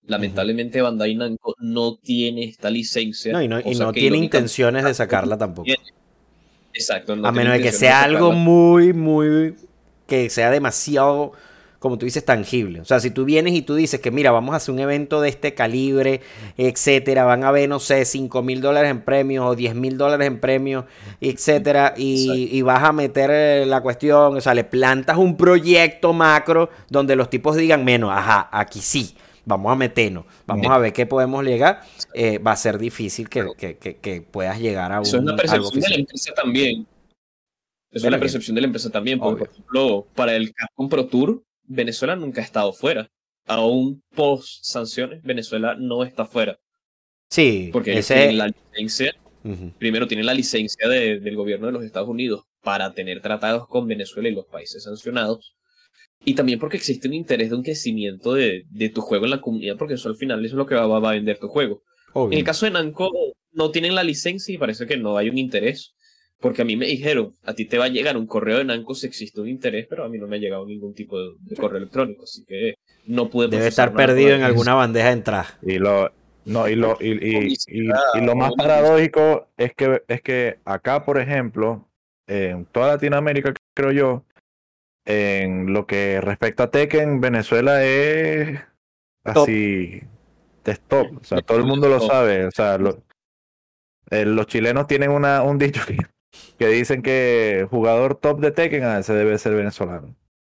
Speaker 2: Lamentablemente Bandai Namco no tiene esta licencia.
Speaker 3: No, y no
Speaker 2: cosa que
Speaker 3: tiene
Speaker 2: irónicamente
Speaker 3: intenciones de sacarla tampoco.
Speaker 2: tiene. Exacto, no
Speaker 3: A
Speaker 2: tiene
Speaker 3: menos de que
Speaker 2: intenciones de
Speaker 3: sea algo
Speaker 2: sacarla.
Speaker 3: muy, que sea demasiado, como tú dices, tangible. O sea, si tú vienes y tú dices que, mira, vamos a hacer un evento de este calibre, etcétera, van a haber, no sé, $5,000 en premios o $10,000 en premios, etcétera, y vas a meter la cuestión, o sea, le plantas un proyecto macro donde los tipos digan, menos, ajá, aquí sí. Vamos a meternos, vamos a ver qué podemos llegar. Va a ser difícil que puedas llegar a
Speaker 2: Eso es una
Speaker 3: algo
Speaker 2: percepción de la
Speaker 3: oficial.
Speaker 2: empresa también. Es
Speaker 3: Bueno,
Speaker 2: una percepción de la empresa también, porque,
Speaker 3: obvio.
Speaker 2: por ejemplo, para el Capcom Pro Tour, Venezuela nunca ha estado fuera. Aún post sanciones, Venezuela no está fuera.
Speaker 3: Sí,
Speaker 2: Porque ellos tienen la licencia, primero tienen la licencia del gobierno de los Estados Unidos para tener tratados con Venezuela y los países sancionados. Y también porque existe un interés de un crecimiento de tu juego en la comunidad, porque eso al final eso es lo que va a vender tu juego.
Speaker 3: obvio.
Speaker 2: En el caso de Namco, no tienen la licencia y parece que no hay un interés. Porque a mí me dijeron, a ti te va a llegar un correo de Namco si existe un interés, pero a mí no me ha llegado ningún tipo de correo electrónico, así que no pude
Speaker 3: Debe
Speaker 2: procesar
Speaker 3: estar
Speaker 2: nada
Speaker 3: perdido en
Speaker 2: todavía.
Speaker 3: alguna bandeja de entrada.
Speaker 4: Y lo, no, y lo, y lo más
Speaker 2: o-
Speaker 4: paradójico es que acá, por ejemplo, en toda Latinoamérica, creo yo, en lo que respecta a Tekken, Venezuela es así de stop. O sea, todo el mundo lo sabe. O sea, los chilenos tienen un dicho que dicen que jugador top de Tekken, ese debe ser venezolano.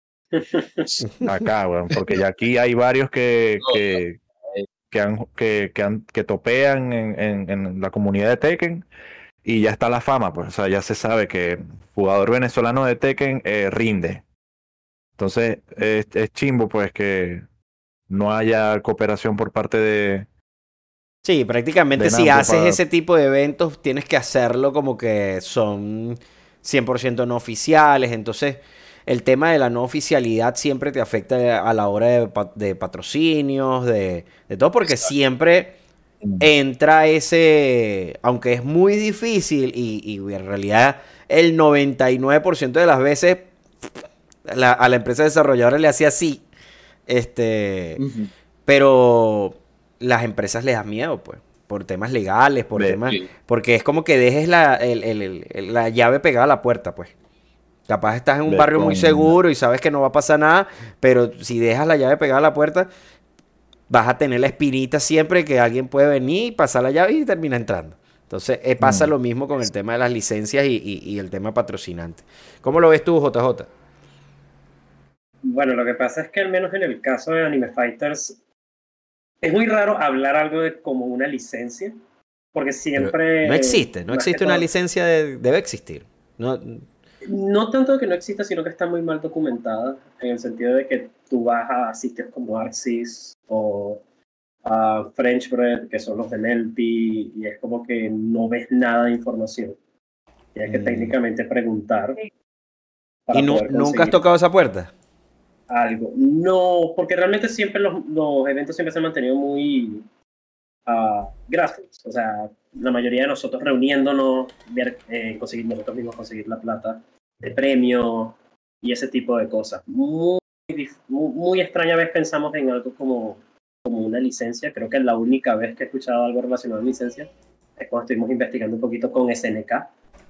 Speaker 4: Acá, bueno, porque ya aquí hay varios que topean en la comunidad de Tekken y ya está la fama, pues, o sea, ya se sabe que jugador venezolano de Tekken rinde. Entonces, es chimbo, pues, que no haya cooperación por parte
Speaker 3: Sí, prácticamente
Speaker 4: de
Speaker 3: si
Speaker 4: Namco
Speaker 3: haces
Speaker 4: para...
Speaker 3: ese tipo de eventos tienes que hacerlo como que son 100% no oficiales. Entonces, el tema de la no oficialidad siempre te afecta a la hora de patrocinios, de todo, porque siempre entra ese, aunque es muy difícil y en realidad el 99% de las veces a la empresa desarrolladora le hacía así,
Speaker 2: Ujú.
Speaker 3: pero las empresas les da miedo, pues, por temas legales, por temas,
Speaker 2: Sí.
Speaker 3: porque es como que dejes la llave pegada a la puerta, pues. Capaz estás en un barrio muy seguro y sabes que no va a pasar nada, pero si dejas la llave pegada a la puerta, vas a tener la espinita siempre que alguien puede venir, pasar la llave y termina entrando. Entonces, pasa lo mismo con el tema de las licencias y el tema patrocinante. ¿Cómo lo ves tú, JJ?
Speaker 5: Bueno, lo que pasa es que al menos en el caso de Anime Fighters es muy raro hablar algo de como una licencia, porque
Speaker 3: Pero
Speaker 5: siempre...
Speaker 3: no existe
Speaker 5: más que
Speaker 3: una
Speaker 5: todo,
Speaker 3: licencia, debe existir. No,
Speaker 5: no tanto que no exista, sino que está muy mal documentada, en el sentido de que tú vas a sitios como ArcSys o a French Bread, que son los de Melty, y es como que no ves nada de información. Tienes que técnicamente preguntar para
Speaker 3: ¿Y
Speaker 5: poder
Speaker 3: nunca has
Speaker 5: conseguir
Speaker 3: tocado esa puerta?
Speaker 5: algo. No, porque realmente siempre los eventos siempre se han mantenido muy grassroots. O sea, la mayoría de nosotros reuniéndonos, conseguir nosotros mismos conseguir la plata de premio y ese tipo de cosas. Muy extraña vez pensamos en algo como una licencia. Creo que la única vez que he escuchado algo relacionado a licencia es cuando estuvimos investigando un poquito con SNK.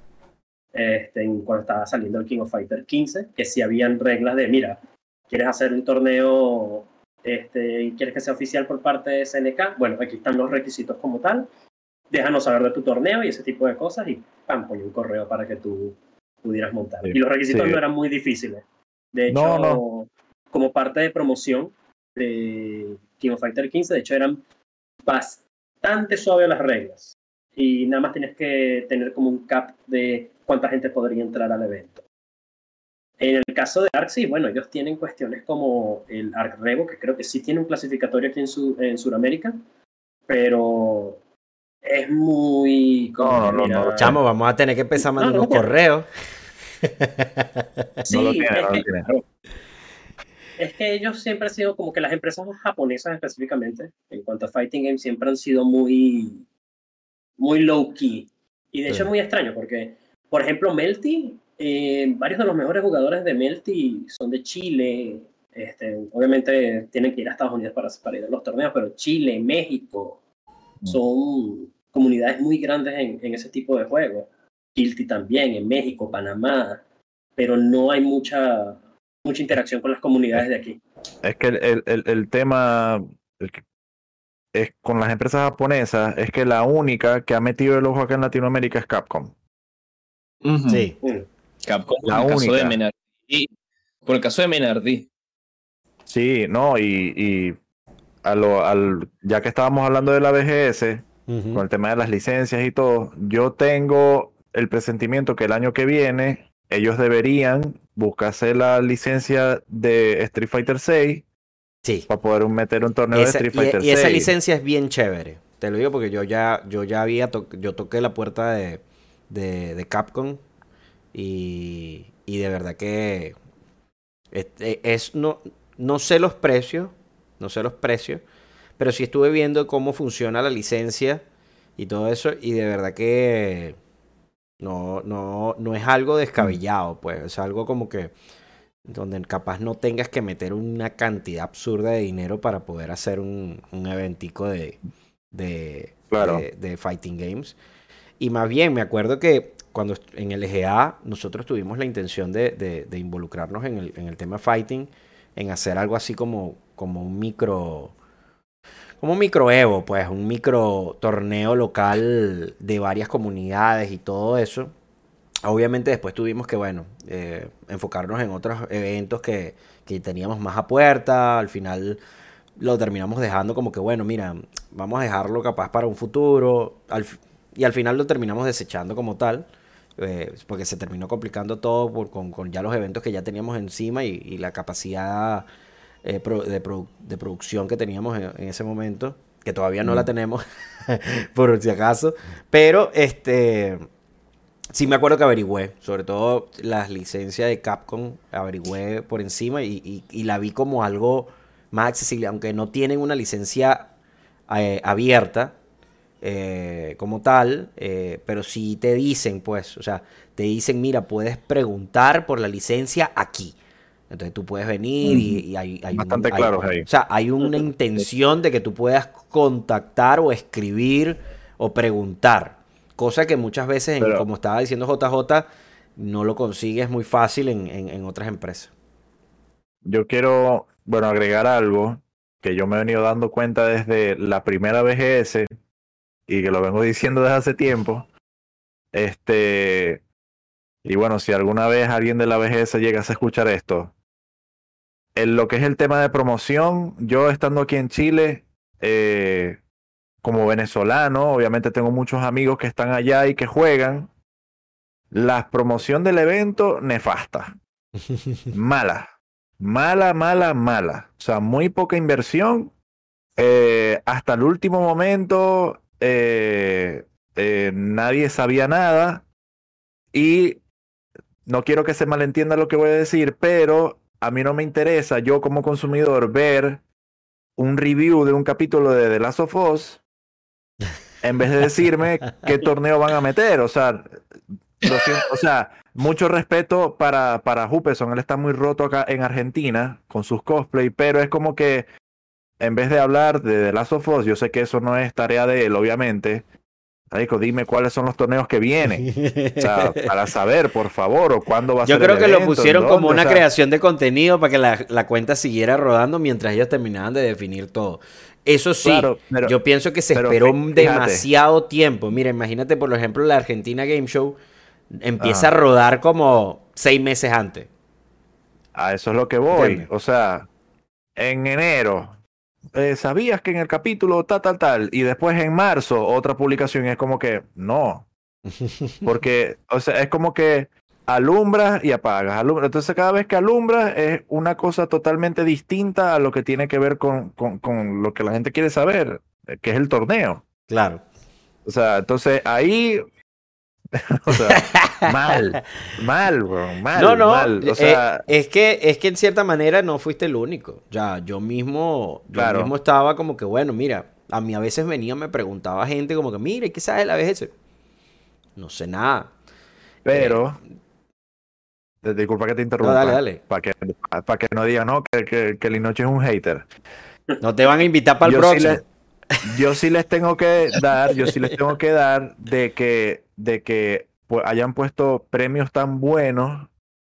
Speaker 5: Cuando estaba saliendo el King of Fighter 15, que sí habían reglas de, mira, ¿quieres hacer un torneo y quieres que sea oficial por parte de SNK? Bueno, aquí están los requisitos como tal, déjanos saber de tu torneo y ese tipo de cosas y pam, ponle un correo para que tú pudieras montar.
Speaker 4: Sí,
Speaker 5: Y los requisitos
Speaker 4: sí.
Speaker 5: no eran muy difíciles. De hecho,
Speaker 4: No.
Speaker 5: como parte de promoción de King of Fighter 15, de hecho eran bastante suaves las reglas. Y nada más tienes que tener como un cap de cuánta gente podría entrar al evento. En el caso de ARC, sí, bueno, ellos tienen cuestiones como el ARC Revo, que creo que sí tiene un clasificatorio aquí en Sudamérica, pero es muy...
Speaker 4: No,
Speaker 3: Chamo, vamos a tener que empezar a mandar
Speaker 5: No,
Speaker 3: unos
Speaker 5: no.
Speaker 3: correos.
Speaker 5: Sí,
Speaker 4: No lo tiene,
Speaker 5: es
Speaker 4: no lo
Speaker 5: que,
Speaker 4: tiene.
Speaker 5: claro, es que ellos siempre han sido como que las empresas japonesas específicamente, en cuanto a Fighting Games, siempre han sido muy low key. Y de hecho es muy extraño porque, por ejemplo, Melty, varios de los mejores jugadores de Melty son de Chile, Obviamente tienen que ir a Estados Unidos para ir a los torneos, pero Chile, México son comunidades muy grandes en ese tipo de juegos. Guilty también, en México, Panamá, pero no hay mucha interacción con las comunidades de aquí.
Speaker 4: Es que el tema es con las empresas japonesas, es que la única que ha metido el ojo acá en Latinoamérica es Capcom.
Speaker 3: Sí.
Speaker 2: Capcom,
Speaker 4: La
Speaker 2: por el caso de
Speaker 4: única.
Speaker 2: Menardí. Por el caso de Menardí.
Speaker 4: Sí, no, y ya que estábamos hablando de la BGS, con el tema de las licencias y todo, yo tengo el presentimiento que el año que viene ellos deberían buscarse la licencia de Street Fighter 6
Speaker 3: Sí.
Speaker 4: para poder meter un torneo de Street Fighter 6.
Speaker 3: Y esa licencia es bien chévere. Te lo digo porque yo ya yo toqué la puerta de Capcom y de verdad que no sé los precios, pero sí estuve viendo cómo funciona la licencia y todo eso y de verdad que no es algo descabellado, pues es algo como que donde capaz no tengas que meter una cantidad absurda de dinero para poder hacer un eventico
Speaker 4: Claro.
Speaker 3: de Fighting Games. Y más bien, me acuerdo que cuando en el EGA nosotros tuvimos la intención de involucrarnos en el tema Fighting, en hacer algo así como un micro Evo, pues, un micro torneo local de varias comunidades y todo eso. Obviamente después tuvimos que, bueno, enfocarnos en otros eventos que teníamos más a puerta. Al final lo terminamos dejando como que, bueno, mira, vamos a dejarlo capaz para un futuro. Y al final lo terminamos desechando como tal, porque se terminó complicando todo con ya los eventos que ya teníamos encima y la capacidad de producción que teníamos en ese momento, que todavía no la tenemos, por si acaso. Pero, sí me acuerdo que averigüé, sobre todo las licencias de Capcom, averigüé por encima y la vi como algo más accesible, aunque no tienen una licencia abierta como tal, pero sí te dicen, pues, o sea, te dicen, mira, puedes preguntar por la licencia aquí. Entonces tú puedes venir y hay
Speaker 4: Bastante claros ahí.
Speaker 3: o sea, hay una intención de que tú puedas contactar o escribir o preguntar. Cosa que muchas veces,
Speaker 4: Pero-
Speaker 3: como estaba diciendo JJ, no lo consigues muy fácil en otras empresas.
Speaker 4: Yo quiero, bueno, agregar algo que yo me he venido dando cuenta desde la primera BGS y que lo vengo diciendo desde hace tiempo. Y bueno, si alguna vez alguien de la BGS llegase a escuchar esto, en lo que es el tema de promoción, yo estando aquí en Chile, como venezolano, obviamente tengo muchos amigos que están allá y que juegan. La promoción del evento, nefasta. Mala. Mala. O sea, muy poca inversión. Hasta el último momento, nadie sabía nada. Y no quiero que se malentienda lo que voy a decir, pero a mí no me interesa, yo como consumidor, ver un review de un capítulo de The Last of Us en vez de decirme qué torneo van a meter. O sea, o sea, mucho respeto para Hupeson, él está muy roto acá en Argentina con sus cosplay, pero es como que en vez de hablar de The Last of Us, yo sé que eso no es tarea de él, obviamente. Marico, dime cuáles son los torneos que vienen. O sea, para saber, por favor, o cuándo va a
Speaker 3: Yo
Speaker 4: ser
Speaker 3: creo
Speaker 4: el
Speaker 3: que lo
Speaker 4: evento,
Speaker 3: pusieron
Speaker 4: en
Speaker 3: como
Speaker 4: dónde,
Speaker 3: una
Speaker 4: o sea,
Speaker 3: creación de contenido para que la cuenta siguiera rodando mientras ellos terminaban de definir todo. Eso sí,
Speaker 4: claro, pero,
Speaker 3: yo pienso que se
Speaker 4: pero
Speaker 3: esperó
Speaker 4: fíjate.
Speaker 3: demasiado tiempo. Mira, imagínate, por ejemplo, la Argentina Game Show empieza
Speaker 4: Ajá.
Speaker 3: a rodar como 6 meses antes.
Speaker 4: A eso es lo que voy.
Speaker 3: ¿Entiendes?
Speaker 4: O sea, en enero, ¿sabías que en el capítulo tal? Y después en marzo, otra publicación. Y es como que, no. Porque, o sea, es como que alumbras y apagas. Entonces, cada vez que alumbras es una cosa totalmente distinta a lo que tiene que ver con lo que la gente quiere saber, que es el torneo.
Speaker 3: Claro.
Speaker 4: O sea, entonces ahí, o sea, mal, bro,
Speaker 3: No,
Speaker 4: mal. O sea,
Speaker 3: es que en cierta manera no fuiste el único. Ya, yo mismo
Speaker 4: claro.
Speaker 3: estaba como que, bueno, mira, a mí a veces me preguntaba gente como que, mira, ¿qué sabes de la BGS? No sé nada.
Speaker 4: Pero disculpa que te interrumpa.
Speaker 3: No, dale, dale.
Speaker 4: Para que no digan, no, que Linoche es un hater.
Speaker 3: No te van a invitar para el próximo.
Speaker 4: Yo sí les tengo que dar de que pues, hayan puesto premios tan buenos.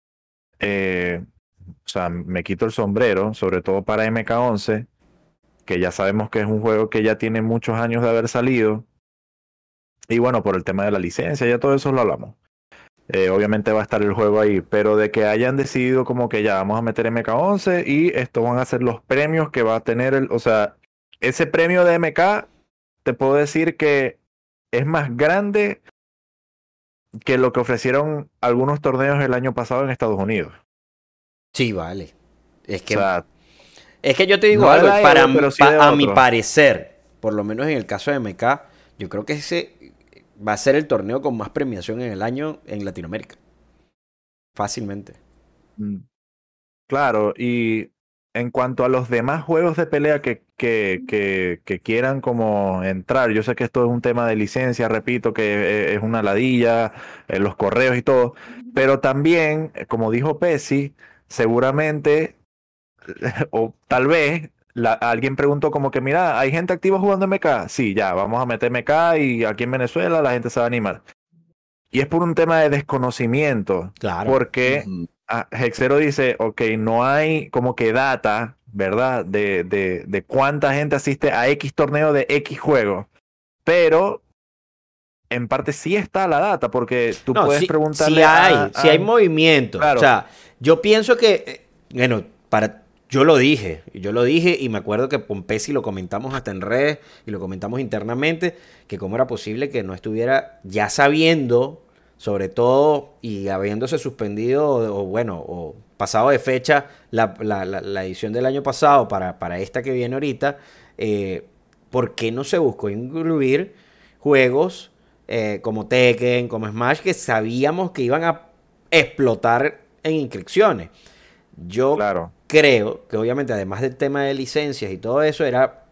Speaker 4: O sea, me quito el sombrero, sobre todo para MK11, que ya sabemos que es un juego que ya tiene muchos años de haber salido. Y bueno, por el tema de la licencia, ya todo eso lo hablamos. Obviamente va a estar el juego ahí, pero de que hayan decidido como que ya vamos a meter MK11 y estos van a ser los premios que va a tener o sea, ese premio de MK, te puedo decir que es más grande que lo que ofrecieron algunos torneos el año pasado en Estados Unidos.
Speaker 3: Sí, vale. Es que,
Speaker 4: O sea,
Speaker 3: es que yo te digo
Speaker 4: no
Speaker 3: algo,
Speaker 4: de la Evo, pero sí de
Speaker 3: a mi
Speaker 4: otro.
Speaker 3: parecer, por lo menos en el caso de MK, yo creo que ese va a ser el torneo con más premiación en el año en Latinoamérica. Fácilmente.
Speaker 4: Claro, y en cuanto a los demás juegos de pelea que quieran como entrar, yo sé que esto es un tema de licencia, repito, que es una ladilla, los correos y todo, pero también, como dijo Pesi, seguramente, o tal vez, alguien preguntó como que, mira, ¿hay gente activa jugando MK? Sí, ya, vamos a meter MK y aquí en Venezuela la gente se va a animar. Y es por un tema de desconocimiento,
Speaker 3: Claro.
Speaker 4: porque Hexero dice, ok, no hay como que data, ¿verdad? De cuánta gente asiste a X torneo de X juego. Pero en parte sí está la data, porque tú
Speaker 3: No,
Speaker 4: puedes
Speaker 3: sí,
Speaker 4: preguntarle
Speaker 3: sí hay movimiento.
Speaker 4: Claro.
Speaker 3: O sea, yo pienso que, bueno, yo lo dije y me acuerdo que con Pesi lo comentamos hasta en redes y lo comentamos internamente, que cómo era posible que no estuviera ya sabiendo, sobre todo, y habiéndose suspendido o pasado de fecha la edición del año pasado para esta que viene ahorita, ¿por qué no se buscó incluir juegos como Tekken, como Smash, que sabíamos que iban a explotar en inscripciones? Yo creo que obviamente además del tema de licencias y todo eso era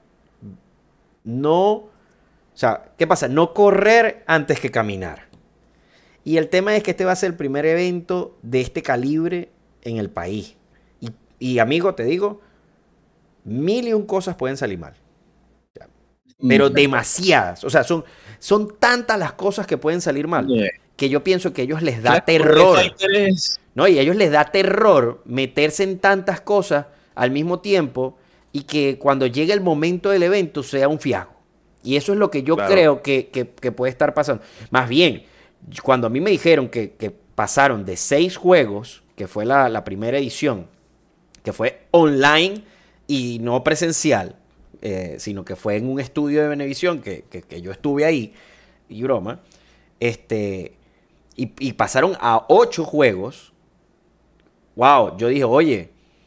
Speaker 3: o sea, ¿qué pasa? No correr antes que caminar. Y el tema es que este va a ser el primer evento de este calibre en el país. Y amigo, te digo, 1001 cosas pueden salir mal. Pero demasiadas. O sea, son tantas las cosas que pueden salir mal que yo pienso que a ellos les da terror. ¿No? Y a ellos les da terror meterse en tantas cosas al mismo tiempo y que cuando llegue el momento del evento sea un fiasco. Y eso es lo que yo creo que puede estar pasando. Más bien, cuando a mí me dijeron que pasaron de 6 juegos, que fue la primera edición, que fue online y no presencial, sino que fue en un estudio de Venevisión, que yo estuve ahí, y broma, y pasaron a 8 juegos. Wow, yo dije, oye,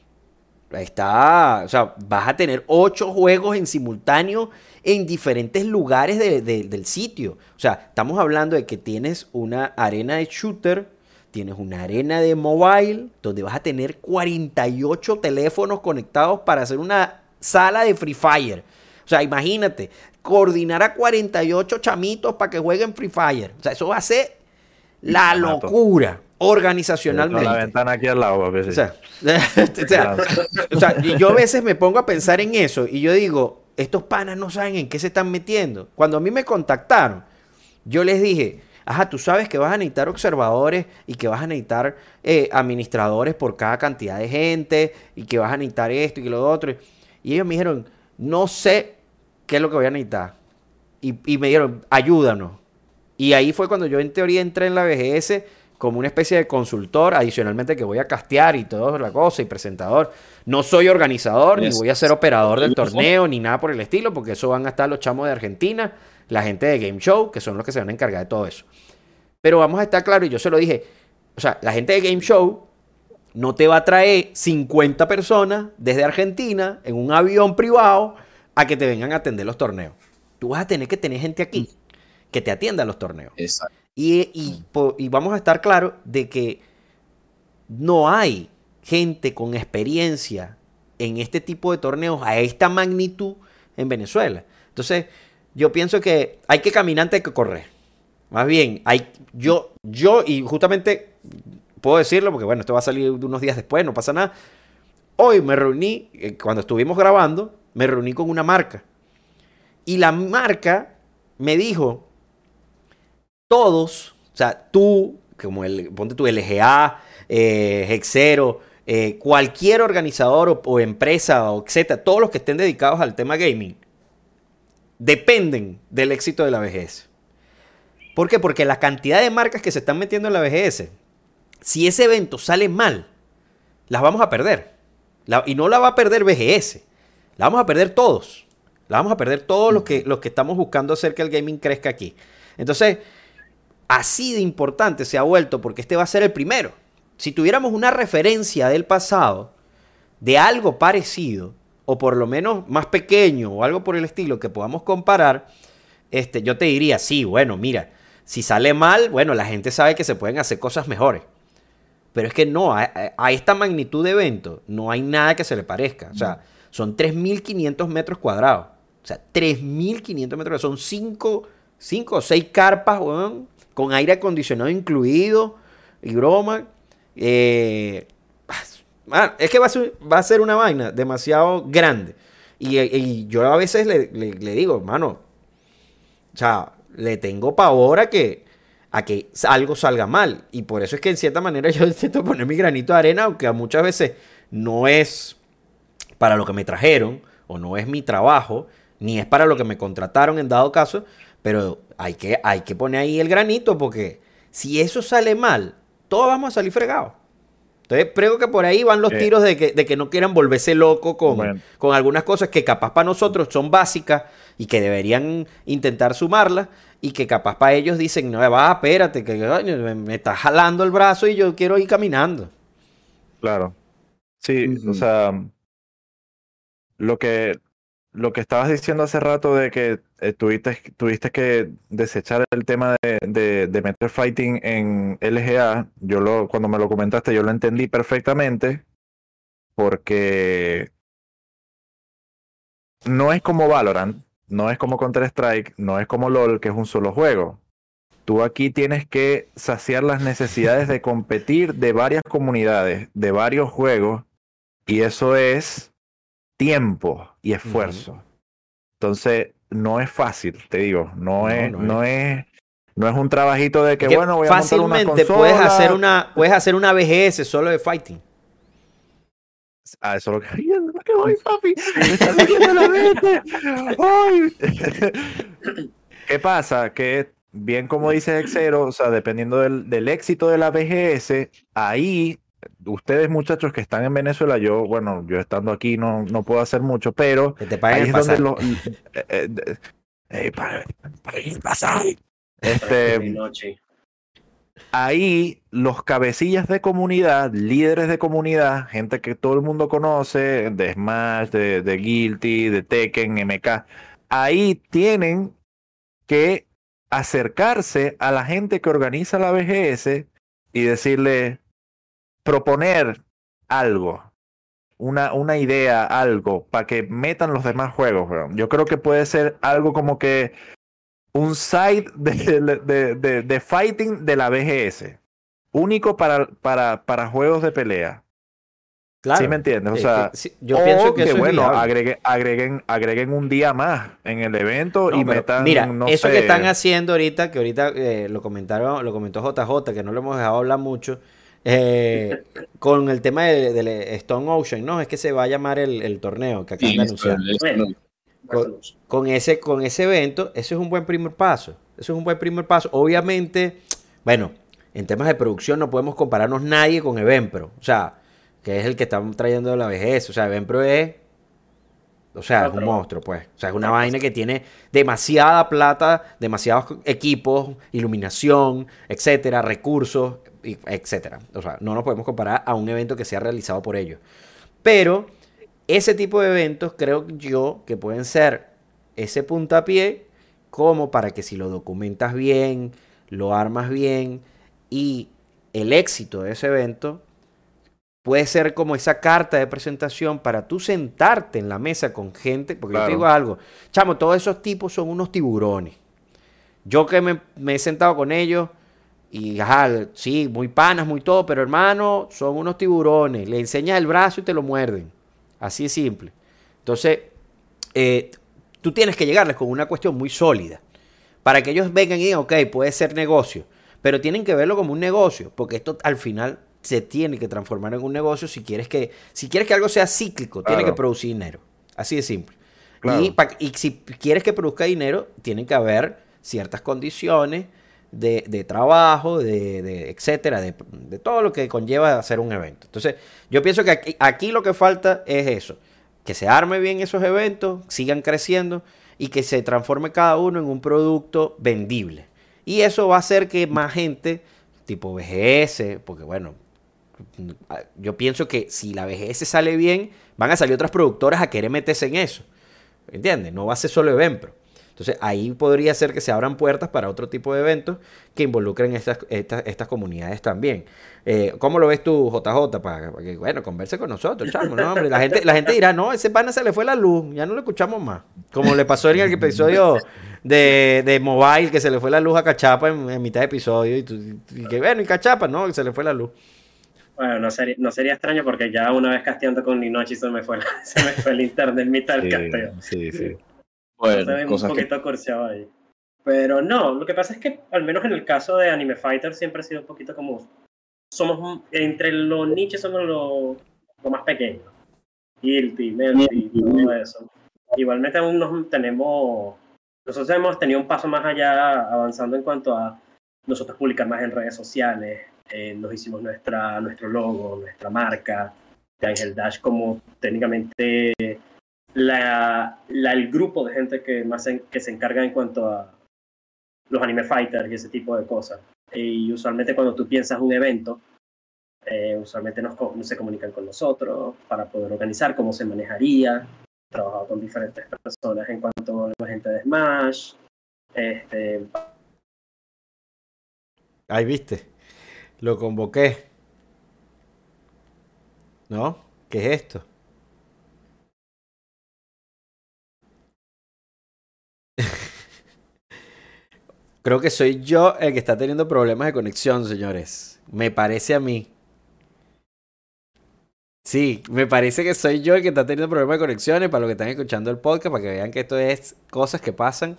Speaker 3: o sea, vas a tener 8 juegos en simultáneo en diferentes lugares del sitio. O sea, estamos hablando de que tienes una arena de shooter, tienes una arena de mobile, donde vas a tener 48 teléfonos conectados para hacer una sala de Free Fire. O sea, imagínate, coordinar a 48 chamitos para que jueguen Free Fire. O sea, eso va a ser la locura organizacionalmente.
Speaker 4: La ventana aquí al lado, a veces.
Speaker 3: O sea, yo a veces me pongo a pensar en eso y yo digo, estos panas no saben en qué se están metiendo. Cuando a mí me contactaron, yo les dije, tú sabes que vas a necesitar observadores y que vas a necesitar administradores por cada cantidad de gente y que vas a necesitar esto y lo otro. Y ellos me dijeron, no sé qué es lo que voy a necesitar. Y me dijeron, ayúdanos. Y ahí fue cuando yo en teoría entré en la BGS como una especie de consultor, adicionalmente que voy a castear y toda la cosa, y presentador. No soy organizador, ni voy a ser operador del torneo, ni nada por el estilo, porque eso van a estar los chamos de Argentina, la gente de Game Show, que son los que se van a encargar de todo eso. Pero vamos a estar claros, y yo se lo dije, o sea, la gente de Game Show no te va a traer 50 personas desde Argentina en un avión privado a que te vengan a atender los torneos. Tú vas a tener que tener gente aquí que te atienda los torneos.
Speaker 2: Exacto.
Speaker 3: Y vamos a estar claros de que no hay gente con experiencia en este tipo de torneos a esta magnitud en Venezuela. Entonces, yo pienso que hay que caminar antes que correr. Más bien, y justamente puedo decirlo porque, bueno, esto va a salir unos días después, no pasa nada. Hoy me reuní, cuando estuvimos grabando, me reuní con una marca. Y la marca me dijo, todos, o sea, tú, como ponte tu LGA, Hexero, cualquier organizador o empresa, o etcétera, todos los que estén dedicados al tema gaming, dependen del éxito de la BGS. ¿Por qué? Porque la cantidad de marcas que se están metiendo en la BGS, si ese evento sale mal, las vamos a perder. Y no la va a perder BGS, la vamos a perder todos. La vamos a perder todos los que estamos buscando hacer que el gaming crezca aquí. Entonces, así de importante se ha vuelto porque este va a ser el primero. Si tuviéramos una referencia del pasado, de algo parecido, o por lo menos más pequeño, o algo por el estilo que podamos comparar, yo te diría, sí, bueno, mira, si sale mal, bueno, la gente sabe que se pueden hacer cosas mejores. Pero es que no, a esta magnitud de evento no hay nada que se le parezca. O sea, son 3.500 metros cuadrados. O sea, 3.500 metros, son 5 o 6 carpas, weón, con aire acondicionado incluido y broma. Es que va a ser una vaina demasiado grande. Y yo a veces le digo, hermano, o sea, le tengo pavor a que algo salga mal. Y por eso es que en cierta manera yo intento poner mi granito de arena, aunque a muchas veces no es para lo que me trajeron, o no es mi trabajo, ni es para lo que me contrataron en dado caso, pero hay que poner ahí el granito, porque si eso sale mal, todos vamos a salir fregados. Entonces, creo que por ahí van los tiros de que no quieran volverse loco con algunas cosas que capaz para nosotros son básicas y que deberían intentar sumarlas, y que capaz para ellos dicen, no, espérate, que me está jalando el brazo y yo quiero ir caminando.
Speaker 4: Claro. Sí, o sea, lo que estabas diciendo hace rato de que tuviste que desechar el tema de meter fighting en LGA, cuando me lo comentaste yo lo entendí perfectamente, porque no es como Valorant, no es como Counter-Strike, no es como LoL, que es un solo juego. Tú aquí tienes que saciar las necesidades de competir de varias comunidades, de varios juegos, y eso es tiempo y esfuerzo. Entonces, no es fácil, te digo. No es un trabajito de que bueno, voy a montar una consola.
Speaker 3: Fácilmente puedes hacer una BGS solo de fighting.
Speaker 4: Eso es lo que voy, papi. Me estás metiendo la mente. ¡Ay! ¿Qué pasa? Que bien como dice Hexero, o sea, dependiendo del éxito de la BGS, ahí ustedes muchachos que están en Venezuela, yo estando aquí no puedo hacer mucho, pero
Speaker 3: que te paguen
Speaker 4: ahí es donde ahí los cabecillas de comunidad, líderes de comunidad, gente que todo el mundo conoce, de Smash, de Guilty, de Tekken, MK, ahí tienen que acercarse a la gente que organiza la BGS y decirle, proponer algo, una idea, algo, para que metan los demás juegos, bro. Yo creo que puede ser algo como que un site de fighting de la BGS, único para juegos de pelea.
Speaker 3: Claro.
Speaker 4: ¿Sí me entiendes? O sea,
Speaker 3: yo pienso que eso
Speaker 4: bueno,
Speaker 3: es
Speaker 4: agreguen un día más en el evento y metan,
Speaker 3: mira,
Speaker 4: no
Speaker 3: eso
Speaker 4: sé,
Speaker 3: que están haciendo ahorita, que ahorita lo comentó JJ, que no lo hemos dejado hablar mucho, con el tema del Stone Ocean, ¿no? Es que se va a llamar el torneo que acaban de anunciar. Con ese evento, eso es un buen primer paso. Eso es un buen primer paso. Obviamente, bueno, en temas de producción no podemos compararnos nadie con Eventpro. O sea, que es el que están trayendo de la BGS. O sea, Eventpro es un monstruo, pues. O sea, es una vaina que tiene demasiada plata, demasiados equipos, iluminación, etcétera, recursos, etcétera. O sea, no nos podemos comparar a un evento que sea realizado por ellos. Pero ese tipo de eventos creo yo que pueden ser ese puntapié como para que si lo documentas bien, lo armas bien y el éxito de ese evento puede ser como esa carta de presentación para tú sentarte en la mesa con gente, porque yo te digo algo, chamo, todos esos tipos son unos tiburones. Yo que me he sentado con ellos Y ajá, sí, muy panas, muy todo, pero hermano, son unos tiburones. Le enseñas el brazo y te lo muerden. Así de simple. Entonces, tú tienes que llegarles con una cuestión muy sólida. Para que ellos vengan y digan, ok, puede ser negocio. Pero tienen que verlo como un negocio. Porque esto al final se tiene que transformar en un negocio si quieres que algo sea cíclico, tiene que producir dinero. Así de simple.
Speaker 4: Claro.
Speaker 3: Y si quieres que produzca dinero, tienen que haber ciertas condiciones de trabajo, de etcétera, de todo lo que conlleva hacer un evento. Entonces, yo pienso que aquí lo que falta es eso, que se arme bien esos eventos, sigan creciendo y que se transforme cada uno en un producto vendible. Y eso va a hacer que más gente, tipo BGS, porque bueno, yo pienso que si la BGS sale bien, van a salir otras productoras a querer meterse en eso. ¿Entiendes? No va a ser solo Eventpro. Entonces ahí podría ser que se abran puertas para otro tipo de eventos que involucren estas comunidades también. ¿Cómo lo ves tú, JJ? Para que, bueno, converse con nosotros, chamo, ¿no, hombre? La gente dirá, no, ese pana se le fue la luz, ya no lo escuchamos más. Como le pasó en el episodio de Mobile, que se le fue la luz a Cachapa en mitad de episodio. Y que bueno, y Cachapa, no, se le fue la luz.
Speaker 5: Bueno, no sería extraño porque ya una vez casteando con Ninochi se me fue el internet en mitad del casteo.
Speaker 4: Sí.
Speaker 2: Bueno,
Speaker 5: Se ve un poquito cursiado ahí. Pero no, lo que pasa es que al menos en el caso de Anime Fighter siempre ha sido un poquito como... Somos, entre los niches somos lo más pequeño. Guilty, Melty, todo eso. Igualmente aún nosotros hemos tenido un paso más allá avanzando en cuanto a nosotros publicar más en redes sociales. Nos hicimos nuestro logo, nuestra marca de Angel Dash como técnicamente el grupo de gente que se encarga en cuanto a los anime fighters y ese tipo de cosas. Y usualmente cuando tú piensas un evento, usualmente se comunican con nosotros para poder organizar cómo se manejaría. He trabajado con diferentes personas en cuanto a la gente de Smash.
Speaker 3: Ahí viste, lo convoqué. ¿No? ¿Qué es esto? Creo que soy yo el que está teniendo problemas de conexión, señores. Me parece a mí. Sí, me parece que soy yo el que está teniendo problemas de conexiones para los que están escuchando el podcast, para que vean que esto es cosas que pasan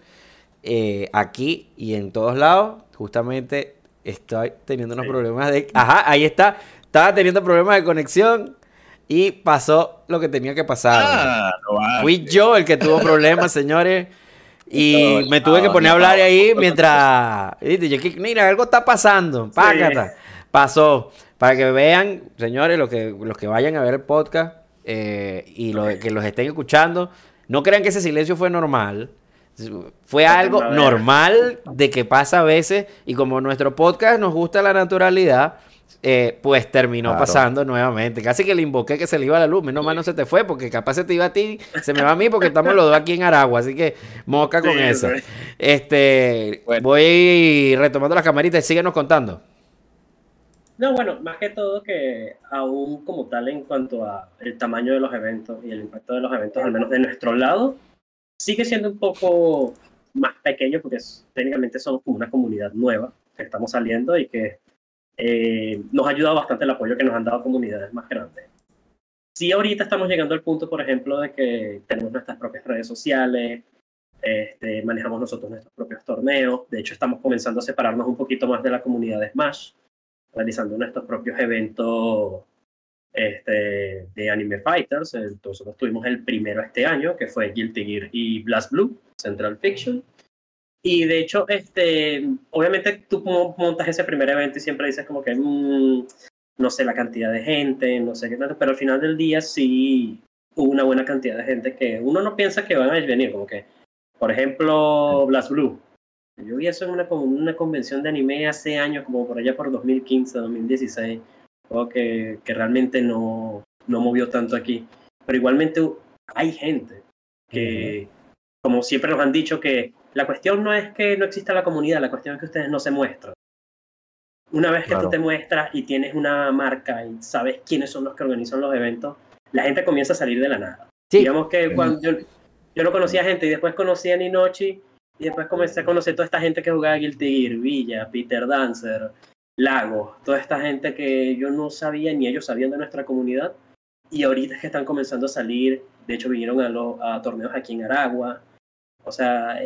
Speaker 3: aquí y en todos lados. Justamente estoy teniendo unos problemas de... Ajá, ahí está. Estaba teniendo problemas de conexión y pasó lo que tenía que pasar.
Speaker 2: no vale.
Speaker 3: Fui yo el que tuvo problemas, señores. Y me tuve que poner a hablar ahí mientras... Mira, algo está pasando. Págata. Pasó. Para que vean, señores, los que vayan a ver el podcast y que los estén escuchando, no crean que ese silencio fue normal. Fue algo normal de que pasa a veces. Y como nuestro podcast nos gusta la naturalidad, pues terminó pasando nuevamente. Casi que le invoqué que se le iba la luz. Menos mal no se te fue, porque capaz se te iba a ti, se me va a mí, porque estamos los dos aquí en Aragua. Así que moca con eso. Bueno. Voy retomando las camaritas y síguenos contando.
Speaker 5: No, bueno, más que todo que aún como tal en cuanto a el tamaño de los eventos y el impacto de los eventos, al menos de nuestro lado, sigue siendo un poco más pequeño porque técnicamente somos como una comunidad nueva que estamos saliendo y que nos ha ayudado bastante el apoyo que nos han dado comunidades más grandes. Sí, ahorita estamos llegando al punto, por ejemplo, de que tenemos nuestras propias redes sociales, manejamos nosotros nuestros propios torneos. De hecho, estamos comenzando a separarnos un poquito más de la comunidad de Smash, realizando nuestros propios eventos de Anime Fighters. Nosotros tuvimos el primero este año, que fue Guilty Gear y Blast Blue, Central Fiction. Y de hecho, obviamente tú montas ese primer evento y siempre dices como que, no sé la cantidad de gente, no sé qué tanto, pero al final del día sí hubo una buena cantidad de gente que uno no piensa que van a venir, como que, por ejemplo, Blast Blue. Yo vi eso en una convención de anime hace años, como por allá por 2015, 2016, algo que realmente no movió tanto aquí. Pero igualmente hay gente que, como siempre nos han dicho, que la cuestión no es que no exista la comunidad, la cuestión es que ustedes no se muestran. Una vez que tú te muestras y tienes una marca y sabes quiénes son los que organizan los eventos, la gente comienza a salir de la nada. Sí. Digamos que cuando yo no conocía gente y después conocí a Ninochi, Y después comencé a conocer toda esta gente que jugaba Guilty Gear, Villa, Peter Dancer, Lago, toda esta gente que yo no sabía ni ellos sabían de nuestra comunidad. Y ahorita es que están comenzando a salir. De hecho, vinieron a torneos aquí en Aragua. O sea,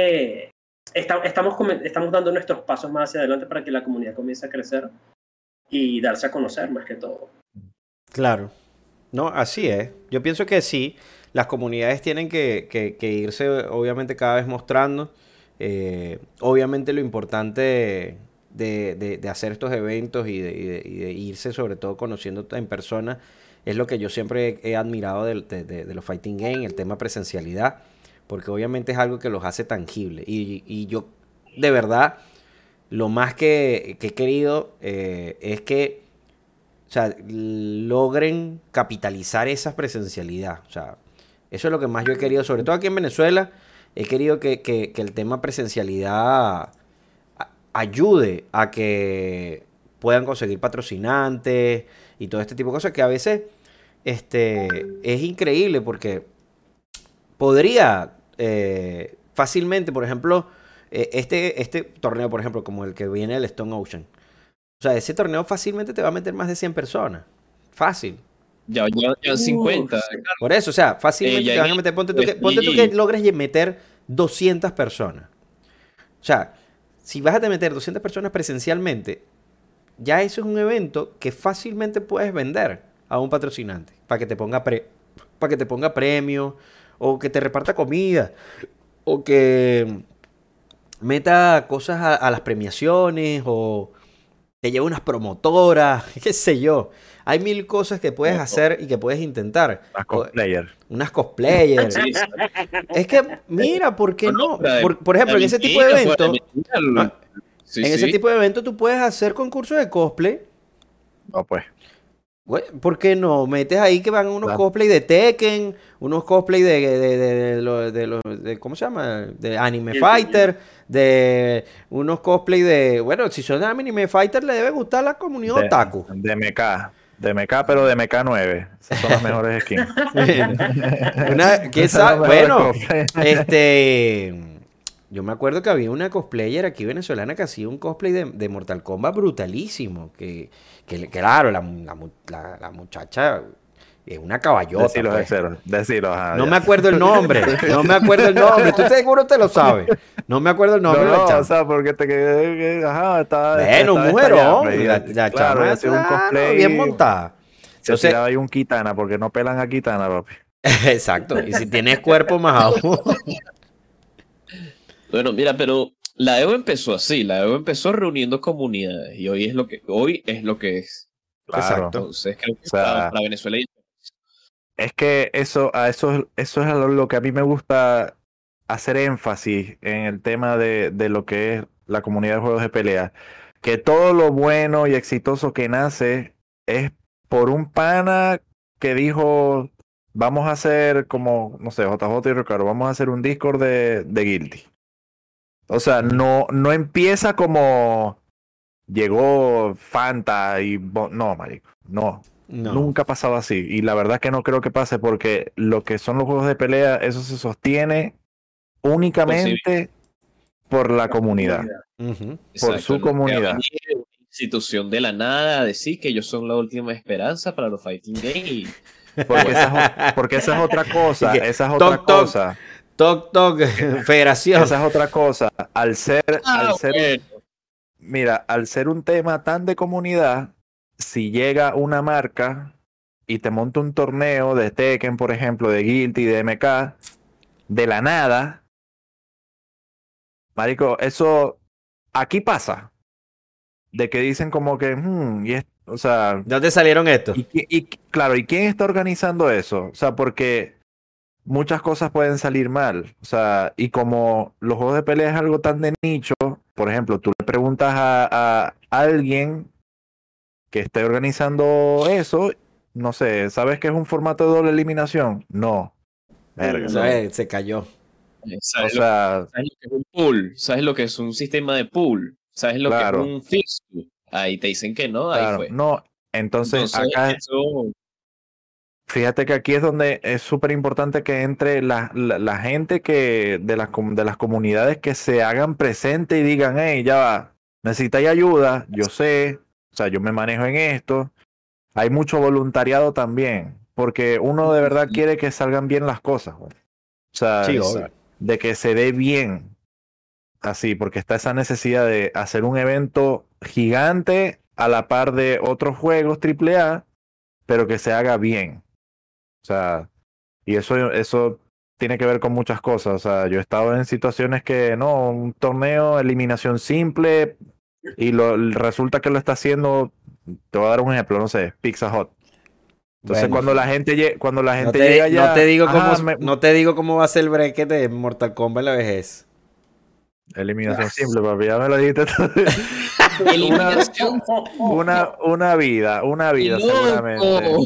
Speaker 5: estamos dando nuestros pasos más hacia adelante para que la comunidad comience a crecer y darse a conocer más que todo.
Speaker 3: Claro. No, así es. Yo pienso que sí, las comunidades tienen que irse, obviamente, cada vez mostrando. Obviamente lo importante de hacer estos eventos y de irse, sobre todo conociendo en persona, es lo que yo siempre he admirado de los fighting games, el tema presencialidad, porque obviamente es algo que los hace tangibles. Y yo, de verdad, lo más que he querido es que, o sea, logren capitalizar esa presencialidad. O sea, eso es lo que más yo he querido, sobre todo aquí en Venezuela. He querido que el tema presencialidad ayude a que puedan conseguir patrocinantes y todo este tipo de cosas que a veces es increíble porque podría fácilmente, por ejemplo, este torneo, por ejemplo, como el que viene del Stone Ocean. O sea, ese torneo fácilmente te va a meter más de 100 personas. Fácil.
Speaker 2: Ya 50.
Speaker 3: Por eso, o sea, fácilmente te van a meter. Ponte tú que logres meter 200 personas. O sea, si vas a meter 200 personas presencialmente, ya eso es un evento que fácilmente puedes vender a un patrocinante para que te ponga premio, o que te reparta comida, o que meta cosas a las premiaciones, o te lleva unas promotoras, qué sé yo. Hay mil cosas que puedes hacer y que puedes intentar. Unas cosplayers.
Speaker 2: Sí,
Speaker 3: Es que, mira, ¿por qué no? Por ejemplo, en ese tipo de eventos, tú puedes hacer concursos de cosplay.
Speaker 4: No, pues.
Speaker 3: ¿Por qué no? Metes ahí que van unos cosplay de Tekken, unos cosplay de ¿cómo se llama? De Anime Fighter, de unos cosplay de... Bueno, si son de Anime Fighter, le debe gustar la comunidad otaku.
Speaker 4: De MK, pero de MK9. Esas son las mejores skins.
Speaker 3: ¿Quién sabe? Bueno, yo me acuerdo que había una cosplayer aquí venezolana que hacía un cosplay de Mortal Kombat brutalísimo. Que claro, la muchacha es una caballota.
Speaker 4: Decilo,
Speaker 3: no me acuerdo el nombre. Tú seguro te lo sabes. No me acuerdo el nombre.
Speaker 4: No, o sea, porque te quedé...
Speaker 3: Bueno, un mujerón. La
Speaker 4: claro,
Speaker 3: chama
Speaker 4: hacía un cosplay
Speaker 3: bien montada.
Speaker 4: Entonces tiraba ahí un Kitana, porque no pelan a Kitana, papi.
Speaker 3: Exacto. Y si tienes cuerpo, más aún.
Speaker 2: Bueno, mira, pero la EVO empezó así. La EVO empezó reuniendo comunidades. Y hoy es lo que es.
Speaker 4: Claro.
Speaker 3: Exacto.
Speaker 2: Entonces creo que para Venezuela...
Speaker 4: Es que eso es lo que a mí me gusta hacer énfasis en el tema de lo que es la comunidad de juegos de pelea. Que todo lo bueno y exitoso que nace es por un pana que dijo, vamos a hacer como, no sé, JJ y Ricardo, vamos a hacer un Discord de Guilty. O sea, no empieza como llegó Fanta y... No, marico, no. Nunca ha pasado así. Y la verdad es que no creo que pase porque lo que son los juegos de pelea, eso se sostiene únicamente por la comunidad. Por su comunidad.
Speaker 2: Una institución de la nada a decir que ellos son la última esperanza para los fighting games.
Speaker 4: Porque esa es otra cosa. Esa es otra cosa.
Speaker 3: Toc, federación.
Speaker 4: Esa es otra cosa. Mira, al ser un tema tan de comunidad, si llega una marca y te monta un torneo de Tekken, por ejemplo, de Guilty, de MK, de la nada, marico, eso aquí pasa. De que dicen como que, o sea...
Speaker 3: ¿De dónde salieron estos?
Speaker 4: Claro, ¿y quién está organizando eso? O sea, porque muchas cosas pueden salir mal. O sea, y como los juegos de pelea es algo tan de nicho, por ejemplo, tú le preguntas a alguien que esté organizando eso, no sé, ¿sabes qué es un formato de doble eliminación? No.
Speaker 3: Verga, se cayó.
Speaker 2: ¿Sabes lo que es un pool? ¿Sabes lo que es un sistema de pool? ¿Sabes lo que es un fixture? Ahí te dicen que no, ahí fue.
Speaker 4: No, entonces acá... fíjate que aquí es donde es súper importante que entre la gente que de las comunidades que se hagan presente y digan, hey, ya va, necesitáis ayuda, yo sé, o sea, yo me manejo en esto. Hay mucho voluntariado también, porque uno de verdad quiere que salgan bien las cosas, güey. O sea,
Speaker 3: Sí, obvio.
Speaker 4: de que se dé bien, así, porque está esa necesidad de hacer un evento gigante a la par de otros juegos AAA, pero que se haga bien. O sea, y eso tiene que ver con muchas cosas. O sea, yo he estado en situaciones que no, un torneo, eliminación simple, y resulta que lo está haciendo, te voy a dar un ejemplo, no sé, Pizza Hut. Entonces
Speaker 3: Bueno,
Speaker 4: cuando la
Speaker 3: no
Speaker 4: gente
Speaker 3: te,
Speaker 4: llega
Speaker 3: no te
Speaker 4: allá,
Speaker 3: digo
Speaker 4: ajá,
Speaker 3: no te digo cómo va a ser el bracket de Mortal Kombat en la vejez.
Speaker 4: eliminación simple, papi, ya me lo dijiste todo.
Speaker 2: Eliminación.
Speaker 4: Una vida seguramente.
Speaker 2: ¡Loco!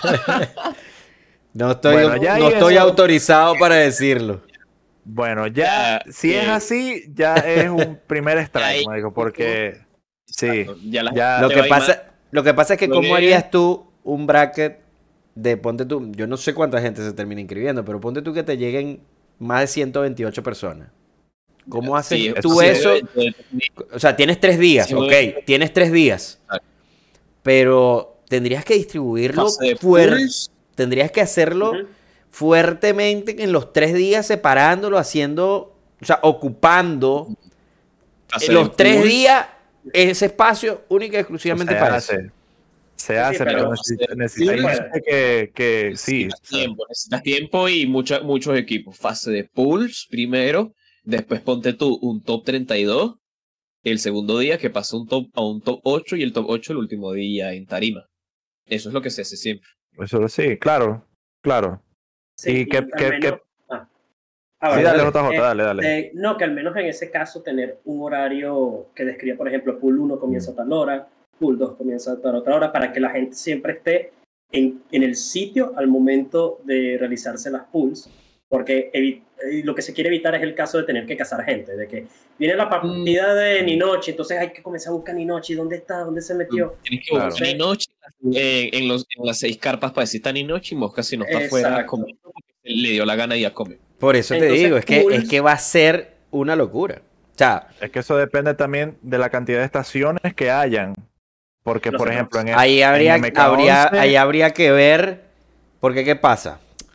Speaker 3: No estoy,
Speaker 4: Bueno, ya
Speaker 3: no
Speaker 4: ahí
Speaker 3: estoy
Speaker 4: eso,
Speaker 3: autorizado para decirlo.
Speaker 4: bueno, ya,
Speaker 2: Ya,
Speaker 4: si es así, ya es un primer strike,
Speaker 2: ahí-
Speaker 4: marico, porque sí,
Speaker 2: Exacto, ya la
Speaker 4: ya,
Speaker 3: Lo
Speaker 2: gente
Speaker 3: que
Speaker 2: va a ir más.
Speaker 3: pasa es que ¿cómo
Speaker 2: Luego-
Speaker 3: harías tú un bracket de, ponte tú, yo no sé cuánta gente se termina inscribiendo, pero ponte tú que te lleguen más de 128 personas. ¿Cómo haces
Speaker 2: Sí,
Speaker 3: tú
Speaker 2: sí,
Speaker 3: eso? O sea, tienes 3 días,
Speaker 2: Sí,
Speaker 3: ok, tienes 3 días,
Speaker 2: Exacto.
Speaker 3: pero tendrías que distribuirlo
Speaker 2: Fase de
Speaker 3: fuerte,
Speaker 2: pools.
Speaker 3: tendrías que hacerlo
Speaker 5: Ujú.
Speaker 3: fuertemente en los 3 días, separándolo, haciendo, o sea, ocupando
Speaker 2: Fase
Speaker 3: en
Speaker 2: de
Speaker 3: los 3
Speaker 2: pools.
Speaker 3: días ese espacio única y exclusivamente
Speaker 4: se
Speaker 3: para eso.
Speaker 4: hace, se
Speaker 5: Sí,
Speaker 4: hace,
Speaker 5: pero
Speaker 4: pero necesitáis
Speaker 5: sí,
Speaker 4: gente que sí,
Speaker 2: Necesitas tiempo y muchos equipos. Fase de pools primero, después ponte tú un top 32, el segundo día que pasa a un top 8 y el top 8 el último día en tarima. Eso es lo que se hace siempre.
Speaker 4: eso sí, claro, claro.
Speaker 5: sí,
Speaker 4: Y que,
Speaker 5: al menos.
Speaker 4: sí,
Speaker 5: Bueno,
Speaker 4: dale,
Speaker 3: Dale.
Speaker 4: JJ, dale.
Speaker 5: No, que al menos en ese caso tener un horario que describa, por ejemplo, pool 1 comienza a tal hora, pool 2 comienza a tal otra hora, para que la gente siempre esté en el sitio al momento de realizarse las pools, porque lo que se quiere evitar es el caso de tener que cazar gente, de que viene la partida de Ninochi, entonces hay que comenzar a buscar Ninochi, ¿dónde está? ¿Dónde se metió?
Speaker 2: Tienes que buscar Ninochi en las 6 carpas para decir está Ninochi y Mosca si no está afuera
Speaker 5: Exacto.
Speaker 2: comiendo porque le dio la gana y ya come.
Speaker 3: Por eso te
Speaker 5: Entonces,
Speaker 3: digo, es
Speaker 5: pools-
Speaker 3: que va a ser una locura. O sea,
Speaker 4: Es que eso depende también de la cantidad de estaciones que hayan. Porque,
Speaker 5: Lo
Speaker 4: por
Speaker 5: sé,
Speaker 4: ejemplo,
Speaker 3: ahí habría,
Speaker 4: en MK11,
Speaker 3: ahí habría que ver, porque ¿qué pasa?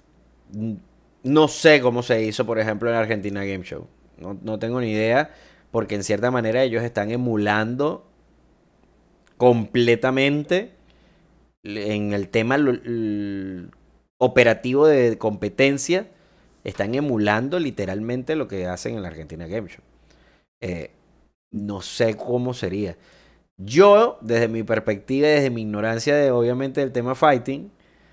Speaker 3: No sé cómo se hizo, por ejemplo, en Argentina Game Show. No tengo ni idea, porque en cierta manera ellos están emulando completamente en el tema operativo de competencia, están emulando literalmente lo que hacen en la Argentina Game Show. No sé cómo sería. Yo, desde mi perspectiva y desde mi ignorancia de, obviamente, del tema fighting,